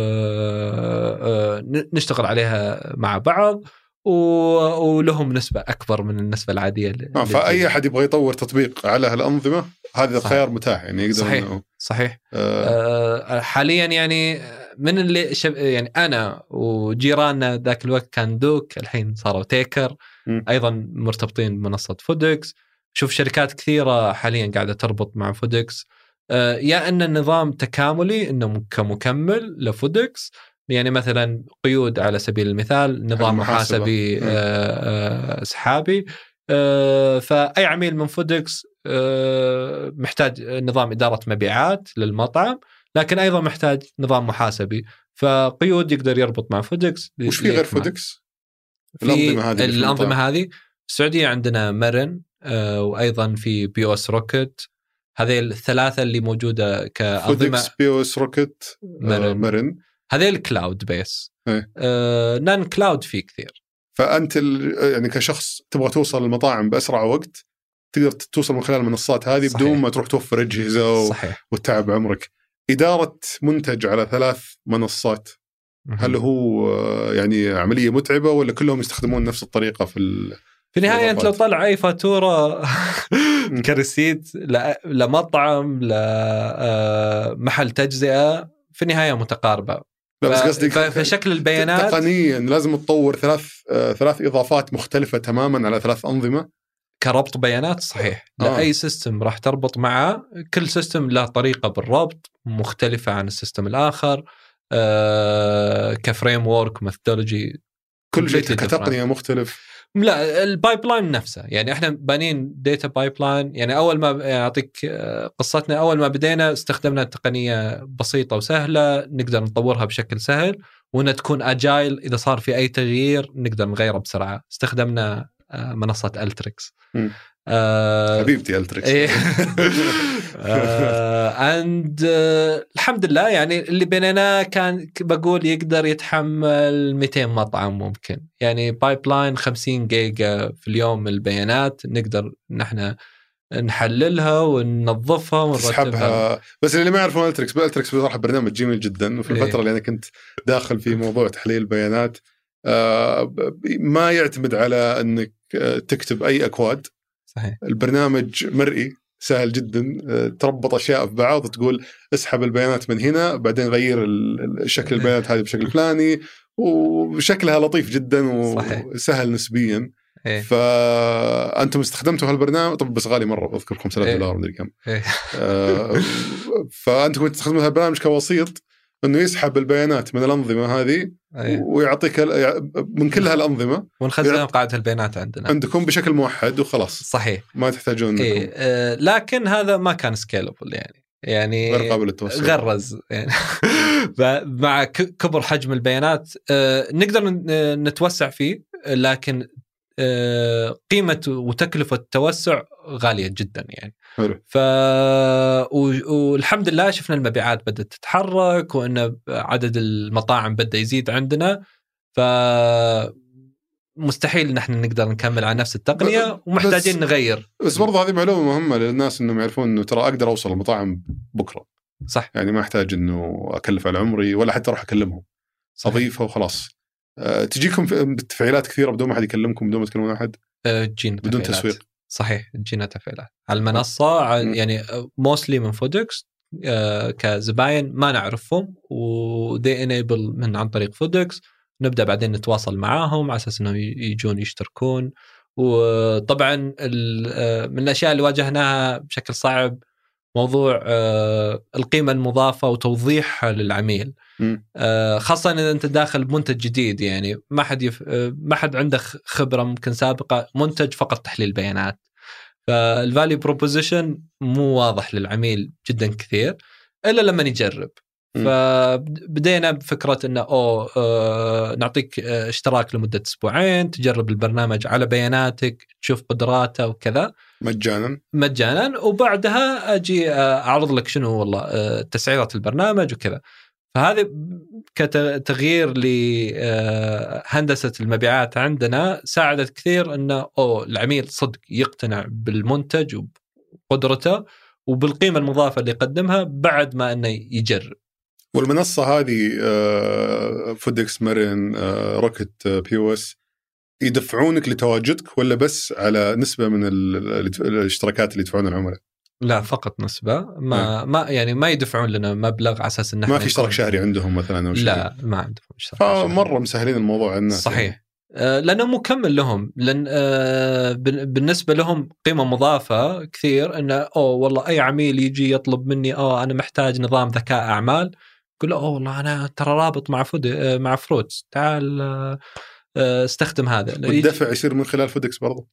نشتغل عليها مع بعض ولهم نسبه اكبر من النسبه العاديه فاي احد يبغى يطور تطبيق على هالانظمه هذا الخيار متاح يعني يقدر. صحيح. حاليا يعني من اللي يعني انا وجيراننا ذاك الوقت كان دوك، الحين صاروا تيكر ايضا مرتبطين بمنصه فودكس. شوف شركات كثيره حاليا قاعده تربط مع فودكس، يا ان النظام تكاملي انه كمكمل لفودكس، يعني مثلا قيود على سبيل المثال نظام محاسبي سحابي، فأي عميل من فودكس محتاج نظام إدارة مبيعات للمطعم، لكن أيضا محتاج نظام محاسبي، فقيود يقدر يربط مع فودكس. وش في غير فودكس؟ الأنظمة هذه في السعودية عندنا مرن، وأيضا في بيوس روكت. هذه الثلاثة اللي موجودة كأنظمة. فودكس، بيوس روكت، مرن. هذه الكلاود بيس. نان كلاود فيه كثير. فأنت يعني كشخص تبغى توصل للمطاعم بأسرع وقت تقدر توصل من خلال المنصات هذه. صحيح. بدون ما تروح توفر أجهزة وتعب عمرك. إدارة منتج على 3 منصات هل هو يعني عملية متعبة ولا كلهم يستخدمون نفس الطريقة في النهاية؟ أنت لو طلع أي فاتورة كرسيت لمطعم لمحل تجزئة في النهاية متقاربة. بس قصدي فشكل البيانات تقنيا لازم تطور 3 إضافات مختلفة تماما على 3 أنظمة كربط بيانات. صحيح. لأي سيستم راح تربط معه، كل سيستم له طريقة بالربط مختلفة عن السيستم الآخر، كفريم وورك ميثودولوجي كل شيء كتقنية مختلف. لا، البايبلاين نفسه، يعني احنا بانين داتا بايبلاين. يعني اول ما يعني اعطيك قصتنا، اول ما بدينا استخدمنا تقنيه بسيطه وسهله نقدر نطورها بشكل سهل، وانها تكون اجايل، اذا صار في اي تغيير نقدر نغيره بسرعه. استخدمنا منصه التريكس. حبيبتي التريكس. الحمد لله يعني اللي بيننا كان بقول يقدر يتحمل 200 مطعم ممكن، يعني بايبلاين 50 جيجا في اليوم من البيانات نقدر نحن نحللها وننظفها ونرتبها. بس اللي ما يعرفون التريكس بصراحة برنامج جميل جدا. وفي الفترة اللي أنا كنت داخل في موضوع تحليل البيانات ما يعتمد على أنك تكتب أي أكواد. صحيح. البرنامج مرئي سهل جدا، تربط أشياء في بعض، تقول اسحب البيانات من هنا، بعدين غير الشكل البيانات هذه بشكل فلاني، وشكلها لطيف جدا وسهل نسبيا. فأنتم استخدمتوا هالبرنامج؟ طب بس غالي مرة، أذكر $5000 مدري كم. فأنتم كنتوا تستخدموا هالبرنامج كوسيط انه يسحب البيانات من الانظمه هذه ويعطيك من كل هالانظمه ونخزنها قاعده البيانات عندكم بشكل موحد وخلاص. صحيح. ما تحتاجون لكن هذا ما كان سكيلبل، يعني غير قابل للتوسع، غرز يعني. مع كبر حجم البيانات نقدر نتوسع فيه، لكن قيمة وتكلفة التوسع غالية جدا يعني. والحمد لله شفنا المبيعات بدأت تتحرك، وأن عدد المطاعم بدأ يزيد عندنا، فمستحيل نحن نقدر نكمل على نفس التقنية ومحتاجين نغير. بس برضه هذه معلومة مهمة للناس إنهم يعرفون إنه ترى أقدر أوصل المطاعم بكرة. صح. يعني ما أحتاج إنه أكلف على عمري ولا حتى أروح أكلمهم. أضيفها وخلاص. تجيكم تفعيلات كثيرة بدون ما حد يكلمكم، بدون ما تكلمون أحد، بدون تسويق. صحيح، تجينا تفعيلات على المنصة. يعني موستلي من فودكس كزباين ما نعرفهم، ودي انيبل من عن طريق فودكس. نبدأ بعدين نتواصل معاهم على أساس أنهم يجون يشتركون. وطبعا من الأشياء اللي واجهناها بشكل صعب موضوع القيمة المضافة وتوضيحها للعميل، خاصة إذا أنت داخل بمنتج جديد. يعني ما حد عنده خبرة ممكن سابقة، منتج فقط تحليل بيانات، فالفاليو بروبوزيشن مو واضح للعميل جدا كثير إلا لما نجرب. فبدينا بفكرة إنه نعطيك اشتراك لمدة 2 أسبوعين تجرب البرنامج على بياناتك، تشوف قدراته وكذا مجانا، وبعدها أجي أعرض لك شنو والله تسعيرة البرنامج وكذا. فهذا كتغيير لهندسة المبيعات عندنا ساعدت كثير أنه العميل صدق يقتنع بالمنتج وقدرته وبالقيمة المضافة اللي يقدمها بعد ما أنه يجرب. والمنصة هذه فودكس مرن روكت POS يدفعونك لتواجدك ولا بس على نسبة من الاشتراكات اللي يدفعون العملاء؟ لا فقط نسبة. ما يعني ما يدفعون لنا مبلغ على أساس إن ما في اشتراك شهري عندهم مثلا أو شيء. لا ما عندهم اشتراك. مرة مسهلين الموضوع على الناس. صحيح يعني. لأنه مكمل لهم، لأن بالنسبة لهم قيمة مضافة كثير. إنه والله أي عميل يجي يطلب مني أنا محتاج نظام ذكاء أعمال، يقول له والله أنا ترى رابط مع فروتس، تعال استخدم هذا. والدفع يصير من خلال فودكس برضو؟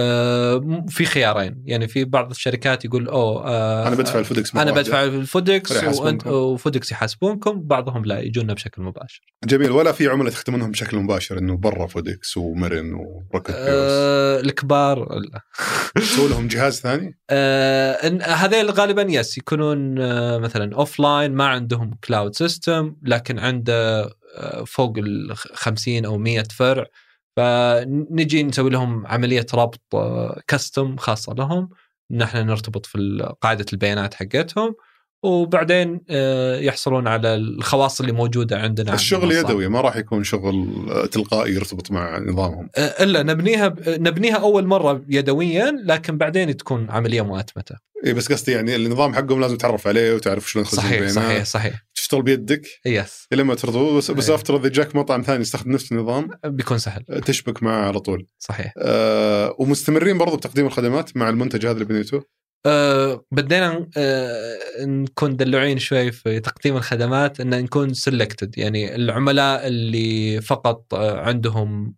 في خيارين، يعني في بعض الشركات يقول أنا بدفع الفودكس، أنا بدفع الفودكس وفودكس يحاسبونكم، بعضهم لا يجونا بشكل مباشر. جميل. ولا في عملاء تختمونهم بشكل مباشر إنه برا فودكس ومرن وروكت الكبار لا. تسوي لهم جهاز ثاني؟ هذول غالبا يكونون مثلا أوفلاين، ما عندهم كلاود سيستم، لكن عنده فوق 50 أو 100 فرع، فنجي نسوي لهم عملية ربط كاستم خاصة لهم، نحن نرتبط في قاعدة البيانات حقتهم، وبعدين يحصلون على الخواص اللي موجودة عندنا. الشغل يدوي، ما راح يكون شغل تلقائي يرتبط مع نظامهم، إلا نبنيها أول مرة يدويا، لكن بعدين تكون عملية مؤتمتة. إيه بس قصدي يعني النظام حقهم لازم تعرف عليه وتعرف شلون تخزن البيانات. صحيح تشتغل بيدك لما ترضوا. بس أفترض إذا جاك مطعم ثاني يستخدم نفس النظام بيكون سهل تشبك معه على طول. صحيح. ومستمرين برضو بتقديم الخدمات مع المنتج هذا اللي بنيته. بدينا نكون دلوعين شوي في تقديم الخدمات، أن نكون سيلكتد، يعني العملاء اللي فقط عندهم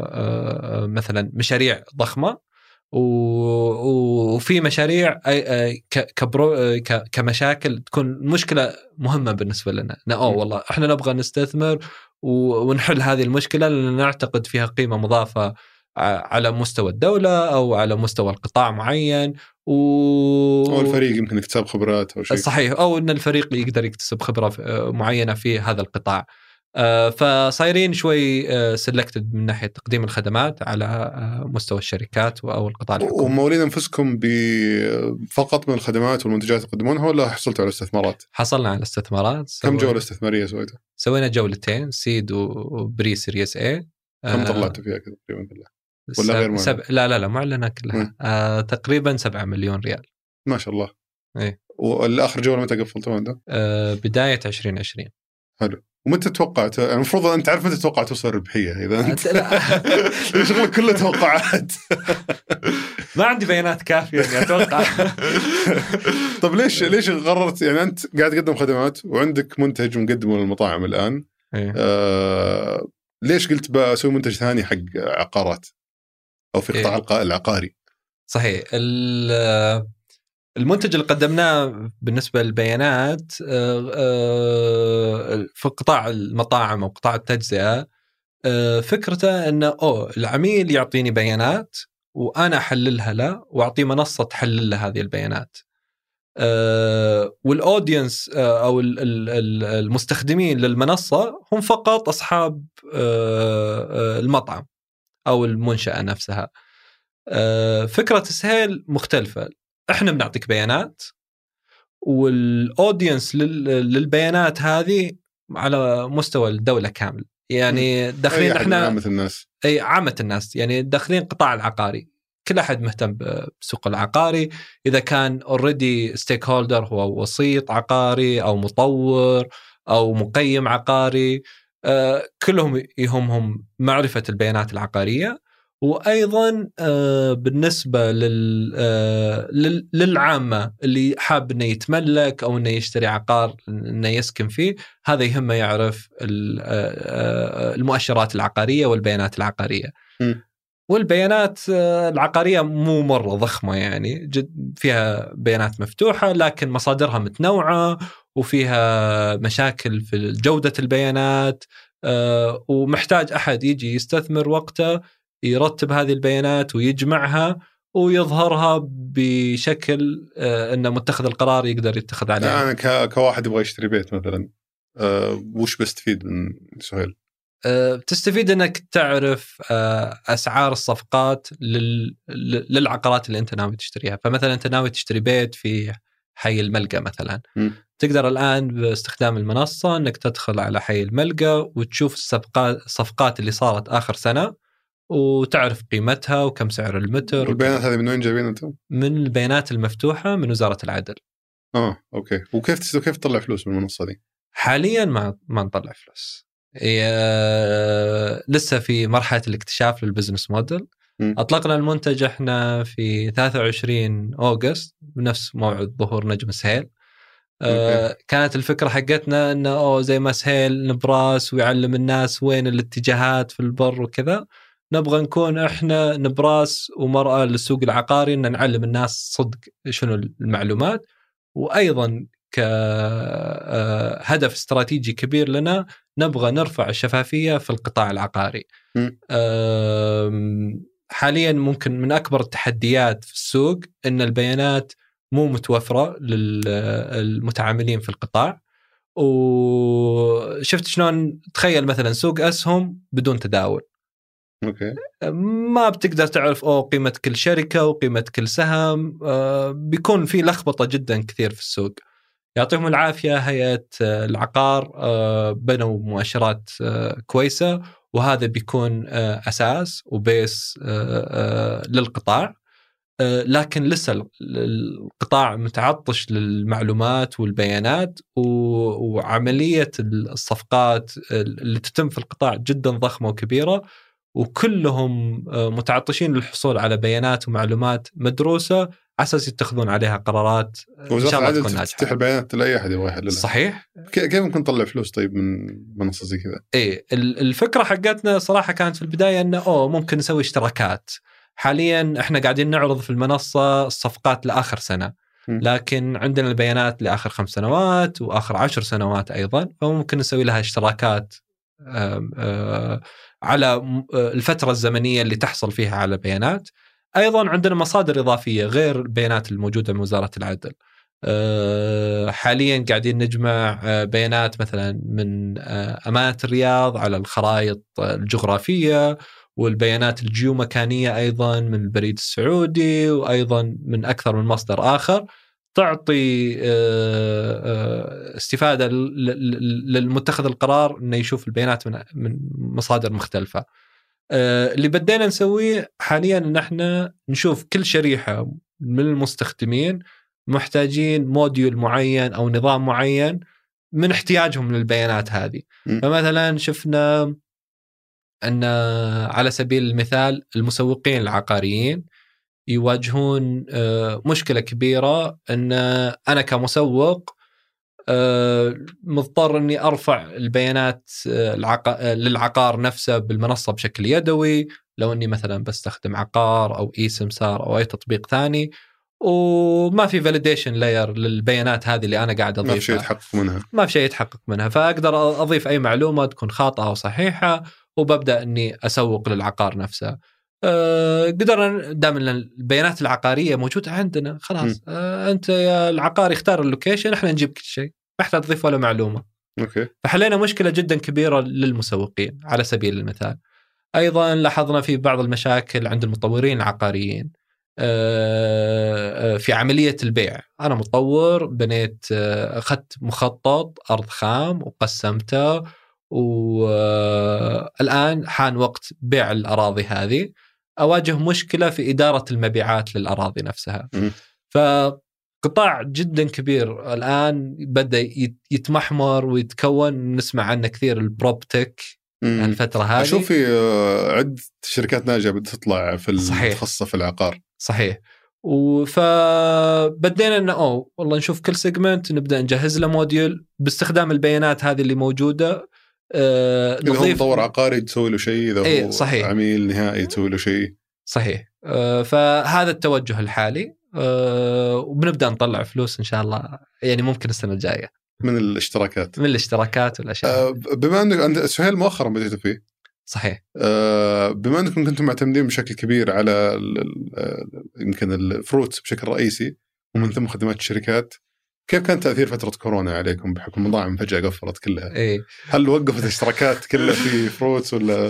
مثلا مشاريع ضخمة، وفي مشاريع كمشاكل تكون مشكلة مهمة بالنسبة لنا. والله احنا نبغى نستثمر ونحل هذه المشكلة لأن نعتقد فيها قيمة مضافة على مستوى الدولة أو على مستوى القطاع معين، أو الفريق يمكن يكتسب خبرات أو شيء. صحيح، أو أن الفريق يقدر يكتسب خبرة معينة في هذا القطاع. فصايرين شوي سيلكتد من ناحية تقديم الخدمات على مستوى الشركات أو القطاع الحكومي. ومولين أنفسكم فقط من الخدمات والمنتجات تقدمونها، ولا حصلتوا على استثمارات؟ حصلنا على استثمارات. كم جولة استثمارية سويتها؟ سوينا جولتين، سيد وبري سيريس A. كم طلعتوا فيها كذا تقريبا كلها؟ ولا غير معلنة؟ لا معلنة كلها. تقريبا 7 مليون ريال. ما شاء الله. إيه. والآخر جولة متى قفلتوا عنده؟ بداية 2020. حلو. ومتى توقعت؟ يعني المفروض أنت تعرف متى توقع توصل ربحية إذا أنت شغلك كله توقعات. ما عندي بيانات كافية إني أتوقع. طب ليش قررت؟ يعني أنت قاعد تقدم خدمات وعندك منتج ومقدمه للمطاعم الآن. ليش قلت بسوي منتج ثاني حق عقارات أو في قطاع العقاري؟ صحيح. المنتج اللي قدمناه بالنسبة للبيانات في قطاع المطاعم أو قطاع التجزئة، فكرته أنه العميل يعطيني بيانات وأنا أحللها له وأعطيه منصة تحلل له هذه البيانات. والأودينس أو المستخدمين للمنصة هم فقط أصحاب المطعم أو المنشأة نفسها. فكرة سهيل مختلفة، احنا بنعطيك بيانات والأودينس للبيانات هذه على مستوى الدولة كامل، يعني داخلين احنا عامة الناس يعني داخلين قطاع العقاري، كل أحد مهتم بسوق العقاري، إذا كان already stakeholder هو وسيط عقاري أو مطور أو مقيم عقاري، كلهم يهمهم معرفة البيانات العقارية. وأيضا بالنسبة للعامة اللي حاب أنه يتملك أو أنه يشتري عقار أنه يسكن فيه، هذا يهمه يعرف المؤشرات العقارية والبيانات العقارية. والبيانات العقارية مو مرة ضخمة، يعني فيها بيانات مفتوحة لكن مصادرها متنوعة وفيها مشاكل في جودة البيانات، ومحتاج أحد يجي يستثمر وقته يرتب هذه البيانات ويجمعها ويظهرها بشكل أن متخذ القرار يقدر يتخذ عليها. أنا كواحد يبغى يشتري بيت مثلا، وش بستفيد من سهيل؟ بتستفيد أنك تعرف أسعار الصفقات للعقارات اللي أنت ناوي تشتريها. فمثلا أنت ناوي تشتري بيت في حي الملقا مثلا، تقدر الآن باستخدام المنصة أنك تدخل على حي الملقا وتشوف الصفقات اللي صارت آخر سنة وتعرف قيمتها وكم سعر المتر. البيانات هذه من وين جايبينها أنتم؟ من البيانات المفتوحة من وزارة العدل. أوكي. وكيف تطلع فلوس من المنصة دي؟ حاليا ما نطلع فلوس، لسه في مرحلة الاكتشاف للبزنس موديل. أطلقنا المنتج إحنا في 23 أغسطس بنفس موعد ظهور نجم سهيل. كانت الفكرة حقتنا إنه زي ما سهيل نبراس ويعلم الناس وين الاتجاهات في البر وكذا، نبغى نكون إحنا نبراس ومرأة للسوق العقاري، إن نعلم الناس صدق شنو المعلومات. وأيضا كهدف استراتيجي كبير لنا نبغى نرفع الشفافية في القطاع العقاري. حاليا ممكن من أكبر التحديات في السوق إن البيانات مو متوفرة للمتعاملين في القطاع. وشفت شلون تخيل مثلا سوق أسهم بدون تداول. أوكي. ما بتقدر تعرف قيمة كل شركة وقيمة كل سهم، بيكون في لخبطة جدا كثير في السوق. يعطيهم العافية هيئة العقار بنوا مؤشرات كويسة، وهذا بيكون أساس وبيس للقطاع. لكن لسه القطاع متعطش للمعلومات والبيانات، وعملية الصفقات اللي تتم في القطاع جدا ضخمة وكبيرة، وكلهم متعطشين للحصول على بيانات ومعلومات مدروسة أساس يتخذون عليها قرارات إن شاء الله تكون ناجحة. تفتح البيانات لأي أحد يبغى يحللها. صحيح. كيف ممكن نطلع فلوس طيب من منصة زي كذا؟ الفكرة حقتنا صراحة كانت في البداية إنه ممكن نسوي اشتراكات. حاليا احنا قاعدين نعرض في المنصة الصفقات لآخر سنة، لكن عندنا البيانات لآخر 5 سنوات وآخر 10 سنوات أيضا، فممكن نسوي لها اشتراكات على الفترة الزمنية اللي تحصل فيها على بيانات. أيضا عندنا مصادر إضافية غير البيانات الموجودة من وزارة العدل. حاليا قاعدين نجمع بيانات مثلا من أمانة الرياض على الخرائط الجغرافية، والبيانات الجيومكانية أيضا من البريد السعودي، وأيضا من أكثر من مصدر آخر، تعطي استفادة للمتخذ القرار أنه يشوف البيانات من مصادر مختلفة. اللي بدينا نسويه حاليا أن احنا نشوف كل شريحة من المستخدمين محتاجين موديول معين أو نظام معين من احتياجهم للبيانات هذه. فمثلا شفنا أن على سبيل المثال المسوقين العقاريين يواجهون مشكلة كبيرة، أن أنا كمسوق مضطر أني أرفع البيانات للعقار نفسه بالمنصة بشكل يدوي، لو أني مثلا بستخدم عقار أو سمسار أو أي تطبيق ثاني، وما في validation layer للبيانات هذه اللي أنا قاعد أضيفها، ما في شيء يتحقق منها. فأقدر أضيف أي معلومة تكون خاطئة أو صحيحة، وببدأ أني أسوق للعقار نفسه. قدرنا دام البيانات العقارية موجودة عندنا خلاص، أنت يا العقار اختار اللوكيشن، إحنا نجيب كل شيء، ما احتاج تضيف ولا معلومة. أوكي. فحلينا مشكلة جدا كبيرة للمسوقين على سبيل المثال. أيضا لاحظنا في بعض المشاكل عند المطورين العقاريين في عملية البيع. أنا مطور بنيت، أخذت مخطط أرض خام وقسمته، والآن حان وقت بيع الأراضي هذه. أواجه مشكلة في إدارة المبيعات للأراضي نفسها. فقطاع جدا كبير الآن بدأ يتمحمر ويتكون، نسمع عنه كثير، البروبتك الفترة هذه. أشوف في عدة شركات ناجحة بدأت تطلع في المتخصصة في العقار. صحيح. فبدينا إنه والله نشوف كل سيجمنت نبدأ نجهز له موديول باستخدام البيانات هذه اللي موجودة. إذا هو مطور عقاري تسوي له شيء، إذا هو صحيح. عميل نهائي تسوي له شيء. صحيح. فهذا التوجه الحالي، وبنبدأ نطلع فلوس إن شاء الله، يعني ممكن السنة الجاية من الاشتراكات والأشياء. بما أنك أنت سهيل مؤخرا بديت فيه. صحيح. بما أنكم كنتم معتمدين بشكل كبير على يمكن الفروت بشكل رئيسي ومن ثم خدمات الشركات، كيف كان تأثير فترة كورونا عليكم بحكم المطاعم فجأة قفلت كلها؟ إيه. هل وقفت اشتراكات كلها في فروتس ولا؟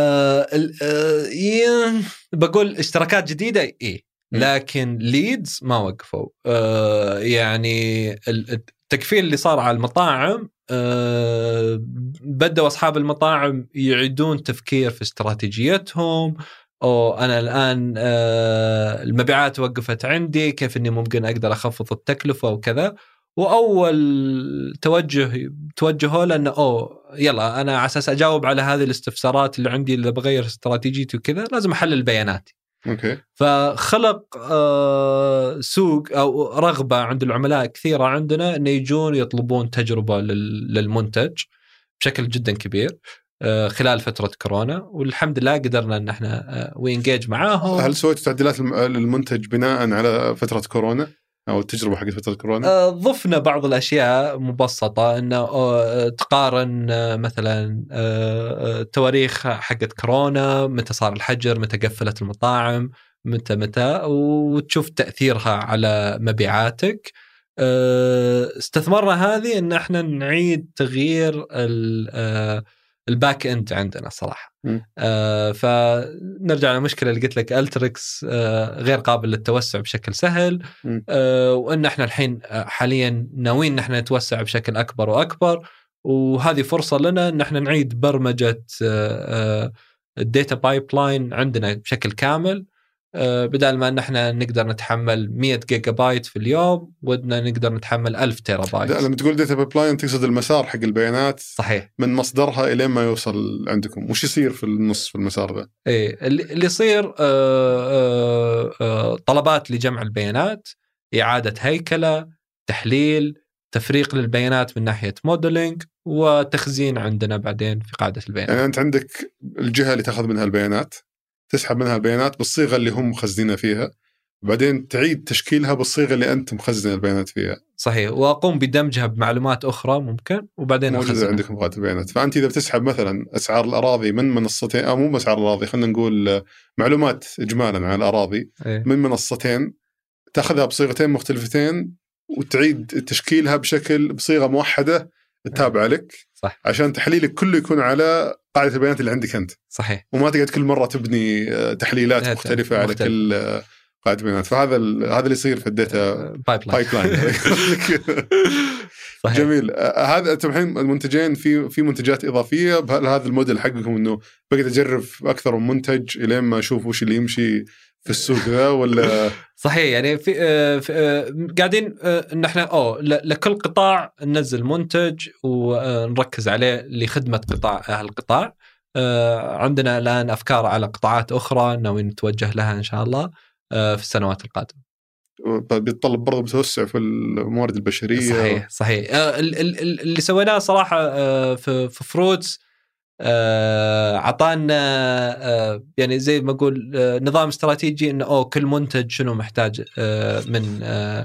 بقول اشتراكات جديدة إيه، لكن ليدز ما وقفوا. يعني التكفيل اللي صار على المطاعم، بدأوا أصحاب المطاعم يعيدون تفكير في استراتيجيتهم. أو أنا الآن المبيعات وقفت عندي، كيف إني ممكن أقدر أخفض التكلفة وكذا. وأول توجهوا لأنه يلا أنا على أساس أجاوب على هذه الاستفسارات اللي عندي اللي بغير استراتيجيتي وكذا لازم أحلل بياناتي. أوكي. فخلق سوق أو رغبة عند العملاء كثيرة عندنا أن يجون يطلبون تجربة للمنتج بشكل جدا كبير خلال فترة كورونا، والحمد لله قدرنا أن احنا وينجيج معاهم. هل سويتوا تعديلات للمنتج بناء على فترة كورونا أو التجربة حقت فترة كورونا؟ ضفنا بعض الأشياء مبسطة، أنه تقارن مثلا تواريخ حقت كورونا، متى صار الحجر، متى قفلت المطاعم، متى وتشوف تأثيرها على مبيعاتك. استثمرنا هذه أن احنا نعيد تغيير الباك اند عندنا صراحة. فنرجع للمشكلة اللي قلت لك، ألتريكس غير قابل للتوسع بشكل سهل، وأن احنا الحين حاليا ناويين ان احنا نتوسع بشكل أكبر وأكبر، وهذه فرصة لنا ان احنا نعيد برمجة الداتا بايبلاين عندنا بشكل كامل. بدل ما ان احنا نقدر نتحمل 100 جيجا بايت في اليوم، ودنا نقدر نتحمل 1000 تيرا بايت. لما تقول داتا بايبلاين تقصد المسار حق البيانات؟ صحيح. من مصدرها الى ما يوصل عندكم، وش يصير في النص في المسار ذا؟ ايه اللي يصير طلبات لجمع البيانات، إعادة هيكلة، تحليل، تفريق للبيانات من ناحية موديلينج، وتخزين عندنا بعدين في قاعدة البيانات. يعني أنت عندك الجهة اللي تأخذ منها البيانات، تسحب منها البيانات بالصيغة اللي هم مخزنينها فيها، وبعدين تعيد تشكيلها بالصيغة اللي أنت مخزن البيانات فيها. صحيح. وأقوم بدمجها بمعلومات أخرى ممكن، وبعدين موجودة عندكم قاعدة البيانات. فأنت إذا بتسحب مثلا أسعار الأراضي من منصتين، أو مو أسعار الأراضي، خلينا نقول معلومات إجمالا عن الأراضي من منصتين، تأخذها بصيغتين مختلفتين وتعيد تشكيلها بصيغة موحدة تتابع لك. صح. عشان تحليلك كله يكون على قاعدة البيانات اللي عندك أنت. صحيح. وما تقعد كل مرة تبني تحليلات مختلفة على كل قاعدة بيانات. فهذا اللي يصير في الداتا بايبلاين. جميل. هذا الحين المنتجين في منتجات إضافية. هل هذا الموديل حقكم إنه بقيت أجرب أكثر من منتج إلين ما أشوف وش اللي يمشي في السوق ذا ولا؟ صحيح. يعني في قاعدين ان احنا لكل قطاع ننزل منتج ونركز عليه لخدمة قطاع القطاع. عندنا الآن أفكار على قطاعات أخرى ناويين نتوجه لها إن شاء الله في السنوات القادمة. بيتطلب برضه بتوسع في الموارد البشرية. صحيح. اللي سويناه صراحة في فروتس عطانا يعني زي ما أقول نظام استراتيجي إنه كل منتج شنو محتاج من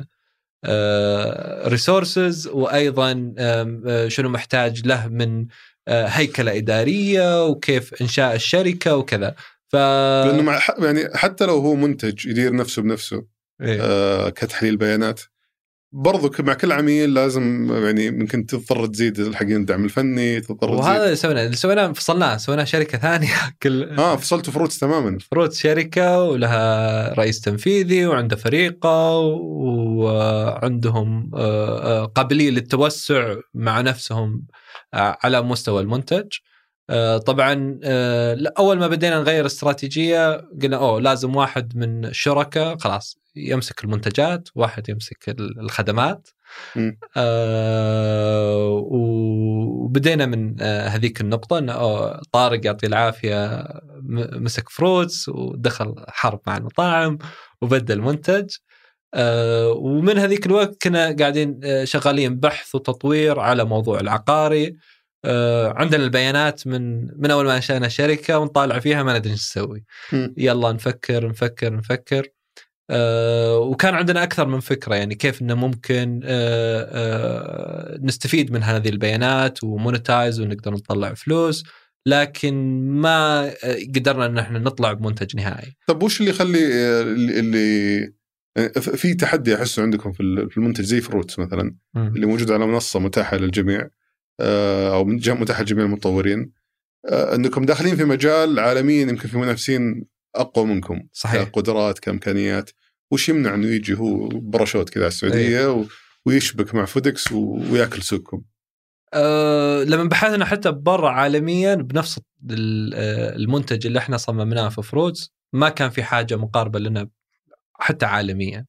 resources، وأيضا شنو محتاج له من هيكلة إدارية، وكيف إنشاء الشركة وكذا. لأنه يعني حتى لو هو منتج يدير نفسه بنفسه كتحليل بيانات، برضو مع كل عميل لازم يعني ممكن تضطر تزيد الحقين الدعم الفني، تضطر وهذا اللي سويناه فصلناه، سوينا شركة ثانية فصلتوا فروتس تماما. فروتس شركة ولها رئيس تنفيذي وعنده فريقه وعندهم قابلية للتوسع مع نفسهم على مستوى المنتج. طبعا أول ما بدينا نغير استراتيجية قلنا لازم واحد من الشركاء خلاص يمسك المنتجات، واحد يمسك الخدمات. وبدينا من هذيك النقطة أن طارق يعطي العافية مسك فروتس ودخل حرب مع المطاعم وبدل المنتج. ومن هذيك الوقت كنا قاعدين شغالين بحث وتطوير على موضوع العقاري. عندنا البيانات من أول ما أنشأنا الشركة ونطالع فيها ما ندري نسوي. يلا نفكر. وكان عندنا أكثر من فكرة، يعني كيف إنه ممكن نستفيد من هذه البيانات ومونتايز ونقدر نطلع فلوس، لكن ما قدرنا إن احنا نطلع بمنتج نهائي. طب وش اللي يخلي اللي في تحدي أحسه عندكم في المنتج زي فروت مثلا اللي موجود على منصة متاحة للجميع أو متاحة لجميع المطورين، أنكم داخلين في مجال عالميا يمكن في منافسين أقوى منكم. صحيح. كقدرات كإمكانيات، وش يمنع أنه يجي هو برشوت كذا على السعودية ويشبك مع فودكس ويأكل سوقكم؟ لما بحثنا حتى برا عالميا بنفس المنتج اللي احنا صممناه في فروتس ما كان في حاجة مقاربة لنا حتى عالميا.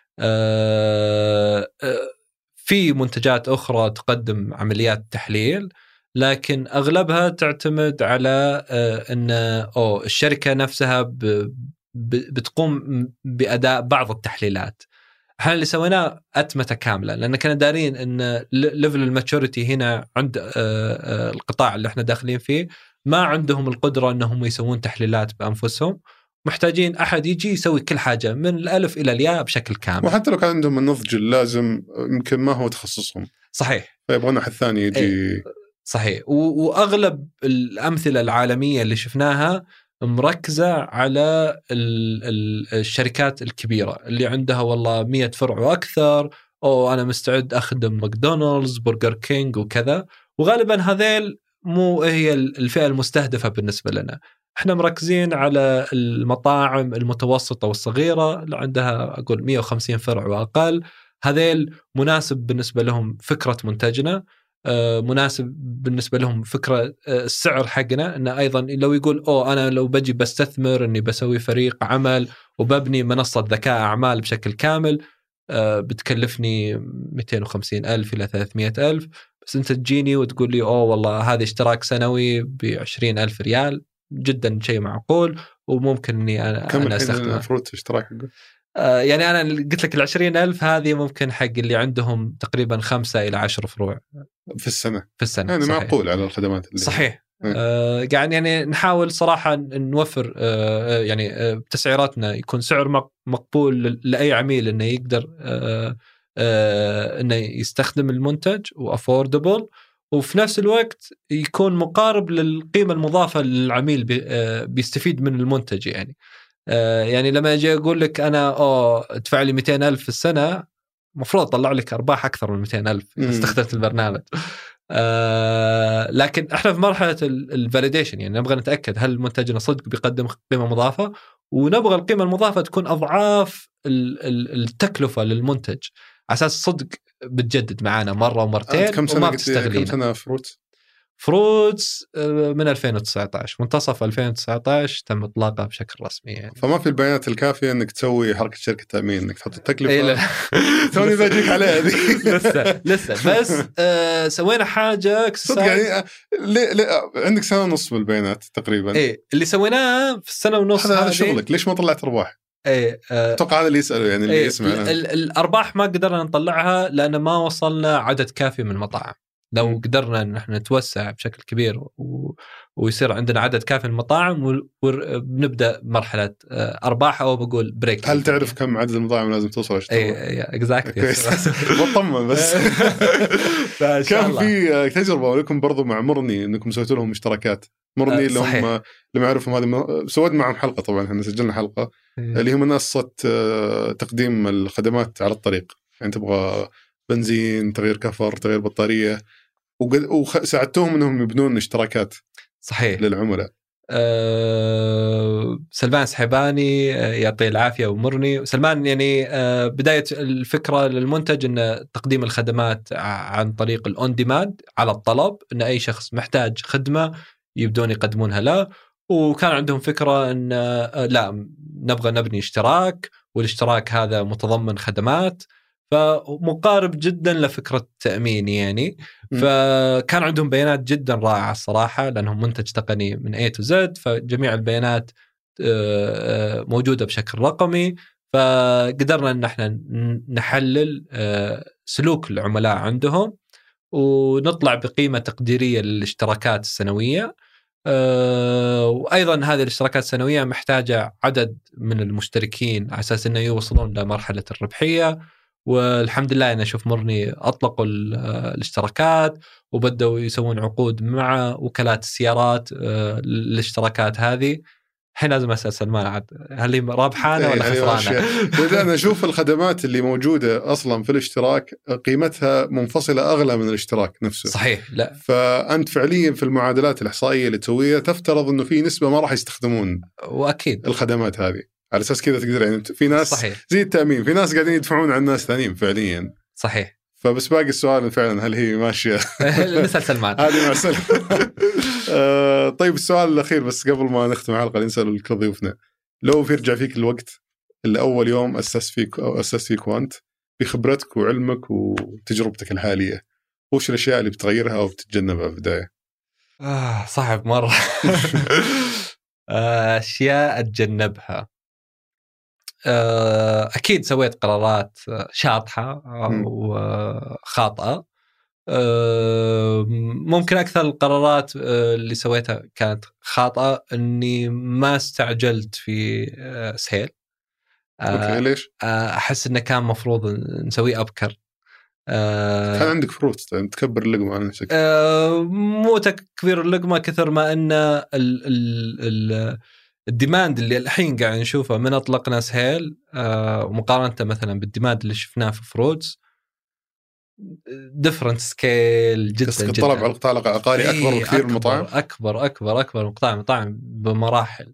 في منتجات أخرى تقدم عمليات تحليل، لكن أغلبها تعتمد على أن الشركة نفسها بتقوم بأداء بعض التحليلات. احنا اللي سويناه أتمتة كاملة، لأن كنا دارين أن ليفل الماتشوريتي هنا عند القطاع اللي احنا داخلين فيه ما عندهم القدرة أنهم يسوون تحليلات بأنفسهم، محتاجين أحد يجي يسوي كل حاجة من الألف إلى الياء بشكل كامل. وحتى لو كان عندهم النضج اللازم يمكن ما هو تخصصهم. صحيح. فيبغون أحد ثاني يجي. صحيح. وأغلب الأمثلة العالمية اللي شفناها مركزة على الشركات الكبيرة اللي عندها والله 100 فرع وأكثر، أو أنا مستعد أخدم ماكدونالدز برجر كينج وكذا، وغالبا هذيل مو هي الفئة المستهدفة بالنسبة لنا. احنا مركزين على المطاعم المتوسطة والصغيرة اللي عندها أقول 150 فرع وأقل. هذيل مناسب بالنسبة لهم فكرة منتجنا، مناسب بالنسبة لهم فكرة السعر حقنا، إنه أيضا لو يقول أنا لو بجي بستثمر إني بسوي فريق عمل وببني منصة ذكاء أعمال بشكل كامل بتكلفني 250,000 إلى 300,000، بس أنت تجيني وتقول لي والله هذا اشتراك سنوي ب20,000 ريال، جدا شيء معقول وممكن إني أنا أستخدمه. المفروض اشتراك يعني أنا قلت لك 20,000 هذه ممكن حق اللي عندهم تقريبا 5 إلى 10 فروع في السنة. يعني صحيح. معقول على الخدمات اللي صحيح. يعني نحاول صراحة نوفر يعني بتسعيراتنا يكون سعر مقبول لأي عميل إنه يقدر إنه يستخدم المنتج وأفوردبل، وفي نفس الوقت يكون مقارب للقيمة المضافة للعميل بيستفيد من المنتج. يعني لما أجي أقول لك أنا ادفع لي 200,000 في السنة، مفروض أطلع لك أرباح أكثر من 200,000 إذا استخدمت البرنامج. لكن احنا في مرحلة الفاليديشن، يعني نبغى نتأكد هل منتجنا صدق بيقدم قيمة مضافة، ونبغى القيمة المضافة تكون أضعاف التكلفة للمنتج، على أساس صدق بتجدد معانا مرة ومرتين وما بتستغلين. كم سنة فروتس من 2019 منتصف 2019 تم إطلاقها بشكل رسمي يعني. فما في البيانات الكافية إنك تسوي حركة شركة تأمين إنك تحط التكلفة. توني بجيك عليها لسه بس سوينا حاجة صدق يعني. عندك سنة ونص بالبيانات تقريبا. اللي سويناه في السنة ونص هذا شغلك، ليش ما طلعت أرباح؟ أتوقع هذا اللي يسأله يعني اللي يسمع. الأرباح ما قدرنا نطلعها لأن ما وصلنا عدد كافي من المطاعم. لو قدرنا ان احنا نتوسع بشكل كبير ويصير عندنا عدد كافي من المطاعم ونبدا مرحله ارباح، او بقول بريك. هل تعرف كم عدد المطاعم لازم توصل عشان اكزاكتلي بطمن بس. كان في تجربه لكم برضو مع مرني انكم سويتوا لهم اشتراكات. مرني اللي هم لما اعرفهم هذه سويت معهم حلقه، طبعا احنا سجلنا حلقه اللي هي منصه تقديم الخدمات على الطريق. يعني تبغى بنزين، تغيير كفر، تغيير بطارية، وساعدتوهم أنهم يبنون اشتراكات. صحيح. للعملاء. سلمان سحيباني يعطيه العافية ومرني. سلمان يعني بداية الفكرة للمنتج أن تقديم الخدمات عن طريق الأون ديماند على الطلب، أن أي شخص محتاج خدمة يبدون يقدمونها له، وكان عندهم فكرة أن لا نبغى نبني اشتراك، والاشتراك هذا متضمن خدمات، فمقارب جدا لفكرة تأمين يعني. فكان عندهم بيانات جدا رائعة الصراحة، لأنهم منتج تقني من A to Z، فجميع البيانات موجودة بشكل رقمي، فقدرنا أن احنا نحلل سلوك العملاء عندهم ونطلع بقيمة تقديرية للاشتراكات السنوية. وأيضا هذه الاشتراكات السنوية محتاجة عدد من المشتركين على أساس أنه يوصلون لمرحلة الربحية. والحمد لله أنا أشوف مرني أطلقوا الاشتراكات وبدأوا يسوون عقود مع وكالات السيارات الاشتراكات هذه. الحين لازم أسأل سلمان عاد هل هي رابحانة ولا خسرانة؟ أنا أشوف الخدمات اللي موجودة أصلا في الاشتراك قيمتها منفصلة أغلى من الاشتراك نفسه. صحيح. لا فأنت فعليا في المعادلات الإحصائية اللي تسويها تفترض إنه في نسبة ما راح يستخدمون وأكيد الخدمات هذه، على أساس كذا تقدر يعني في ناس صحيح. زي التأمين في ناس قاعدين يدفعون عن ناس ثانيين فعليا. صحيح. فبس باقي السؤال فعلا هل هي ماشية؟ نسأل سلمان. هذه مع سلمان. طيب السؤال الأخير بس قبل ما نختم الحلقة نسأل لكل ضيوفنا، لو بيرجع فيك الوقت اللي أول يوم أسس فيك كوانت بخبرتك وعلمك وتجربتك الحالية، وش الأشياء اللي بتغيرها أو بتتجنبها في البداية؟ صعب مرة. أشياء أتجنبها، أكيد سويت قرارات شاطحة أو خاطئة. ممكن أكثر القرارات اللي سويتها كانت خاطئة إني ما استعجلت في سهيل. أوكي ليش؟ أحس إنه كان مفروض نسويه أبكر. كان عندك فروت تكبر اللقمة على نفسك. مو تكبير اللقمة كثر ما إن الديماند اللي الحين قاعد نشوفه من أطلقنا سهيل مقارنة مثلا بالديماند اللي شفناه في فروتس different scale جدا. الطلب على القطاع العقاري أكبر بكثير من المطاعم. أكبر مطاعم بمراحل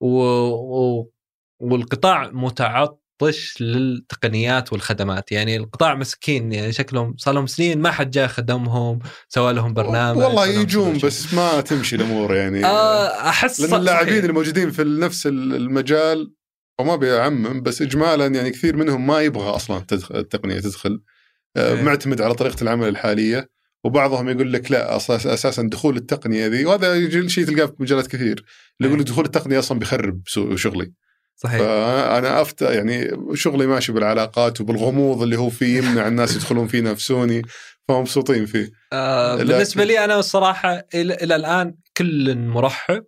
والقطاع متعطش للتقنيات والخدمات. يعني القطاع مسكين، يعني شكلهم صار لهم سنين ما حد جاء خدمهم سوى لهم برنامج. والله يجون بس ما تمشي الأمور يعني. أحس لأن اللاعبين الموجودين في نفس المجال وما بيعمم بس إجمالا يعني كثير منهم ما يبغى أصلا التقنية تدخل. معتمد على طريقة العمل الحالية، وبعضهم يقول لك لا أساسا دخول التقنية ذي، وهذا شيء تلقاه في مجالات كثير اللي يقول دخول التقنية أصلا بيخرب شغلي. صحيح. فأنا يعني شغلي ماشي بالعلاقات وبالغموض اللي هو فيه يمنع الناس يدخلون فيه نفسوني، فمبسوطين فيه. بالنسبة لي أنا الصراحة إلى الآن كل مرحب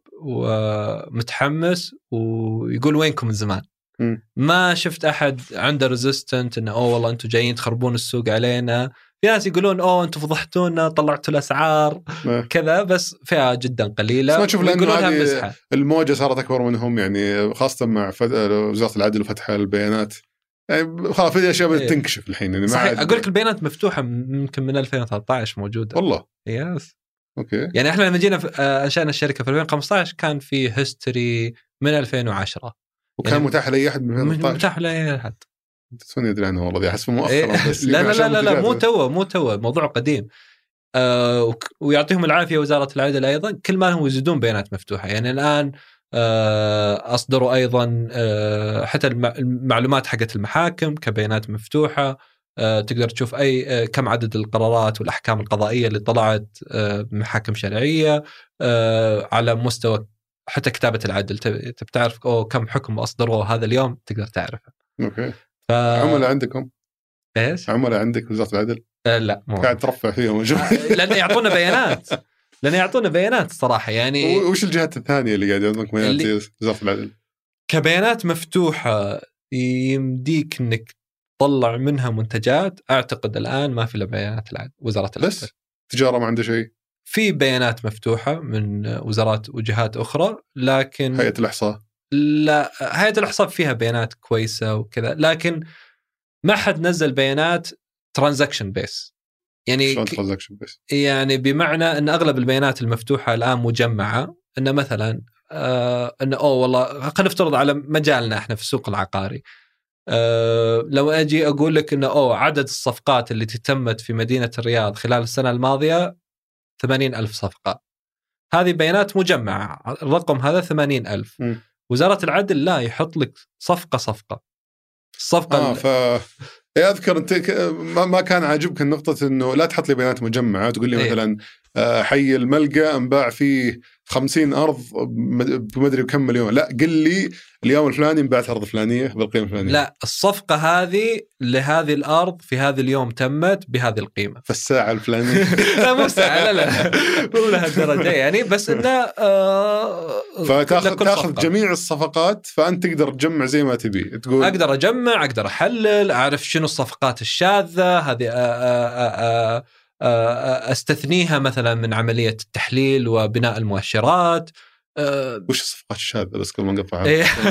ومتحمس ويقول وينكم من زمان. ما شفت أحد عنده ريزيستنت إنه والله أنتوا جايين تخربون السوق علينا. في ناس يقولون أنتوا فضحتونا طلعتوا الأسعار كذا، بس فئة جدا قليلة. ما تشوف لأنه الموجة صارت أكبر منهم، يعني خاصة مع وزارة العدل وفتح البيانات، يعني خلاص في أشياء بدأت تنكشف الحين. يعني صحيح. أقول لك البيانات مفتوحة يمكن من 2013 موجودة والله. يس. أوكي. يعني إحنا لما جينا أنشأنا الشركة في 2015 كان في هيستوري من 2010 وكان يعني متاح لأي أحد من 2013. متاح لأي أحد. تسوني أدري عنه والله، أحس مؤخرا بس. لا مو تو موضوع قديم. ويعطيهم العافية وزارة العدل أيضا، كل ما هم يزيدون بيانات مفتوحة. يعني الآن أصدروا أيضا حتى المعلومات حقت المحاكم كبيانات مفتوحة. تقدر تشوف أي كم عدد القرارات والأحكام القضائية اللي طلعت بمحاكم شرعية على مستوى حتى كتابة العدل. تعرف كم حكم أصدروه هذا اليوم تقدر تعرفه. أوكي. عملاء عندكم؟ إيش؟ عملاء عندك وزارة العدل؟ لا قاعد ترفع فيهم. لأن يعطونا بيانات صراحة. يعني وش الجهات الثانية اللي قاعد يعطونك بيانات وزارة العدل؟ كبيانات مفتوحة يمديك إنك تطلع منها منتجات. أعتقد الآن ما في إلا بيانات العدل وزارة العدل. بس تجارة ما عنده شيء. في بيانات مفتوحة من وزارات وجهات أخرى، لكن هيئة الإحصاء، لا هيئة الإحصاء فيها بيانات كويسة وكذا، لكن ما حد نزل بيانات ترانزاكشن بيس. يعني بمعنى أن أغلب البيانات المفتوحة الآن مجمعة. أن مثلا أن والله خلينا نفترض على مجالنا إحنا في السوق العقاري، لو أجي أقول لك أن عدد الصفقات اللي تتمت في مدينة الرياض خلال السنة الماضية 80,000 صفقة. هذه بيانات مجمعة، الرقم هذا 80,000. وزارة العدل لا، يحط لك صفقة أذكر أنت ما كان عاجبك النقطة إنه لا تحط لي بيانات مجمعة تقول لي مثلا حي الملقى انباع فيه 50 أرض بمدري بكم مليون. لا، قل لي اليوم الفلاني انباعت أرض فلانية بالقيمة الفلانية. لا، الصفقة هذه لهذه الأرض في هذا اليوم تمت بهذه القيمة في الساعة الفلانية. لا مو ساعة، لا مو لهالدرجة يعني، بس إنه فتأخذ جميع الصفقات، فأنت تقدر تجمع زي ما تبي. تقول أقدر أجمع، أقدر أحلل، أعرف شنو الصفقات الشاذة هذه، استثنيها مثلا من عملية التحليل وبناء المؤشرات. وش الصفقات الشاذة بس قبل ما نقطع؟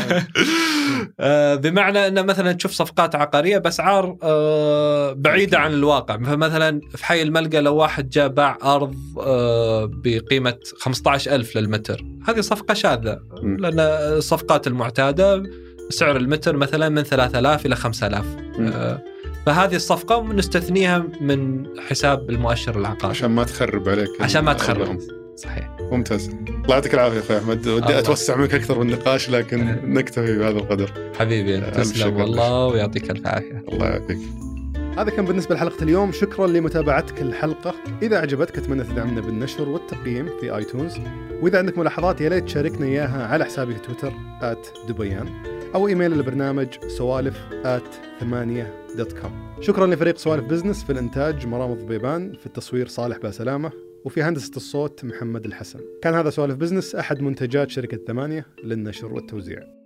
بمعنى أن مثلا تشوف صفقات عقارية بأسعار بعيدة عن الواقع. فمثلا في حي الملقا لو واحد جاء باع أرض بقيمة 15,000 للمتر، هذه صفقة شاذة، لأن الصفقات المعتادة سعر المتر مثلا من 3,000 إلى 5,000. فهذه الصفقة نستثنيها من حساب المؤشر العقاري عشان ما تخرب عليك، عشان ما تخرب. صحيح. ممتاز. الله يعطيك العافية أخوي أحمد. ودي أتوسع منك أكثر بالنقاش لكن نكتفي بهذا القدر. حبيبي تسلم والله ويعطيك العافية. الله يعافيك. هذا كان بالنسبة لحلقة اليوم. شكرا لمتابعتك الحلقة. إذا عجبتك أتمنى تدعمنا بالنشر والتقييم في آيتونز، وإذا عندك ملاحظات يا ليت تشاركنا إياها على حسابي في تويتر @دبيان أو إيميل البرنامج سوالف@8.com. شكرا لفريق سوالف بزنس في الإنتاج مرام الضبيبان، في التصوير صالح باسلامة، وفي هندسة الصوت محمد الحسن. كان هذا سوالف بزنس، أحد منتجات شركة 8 للنشر والتوزيع.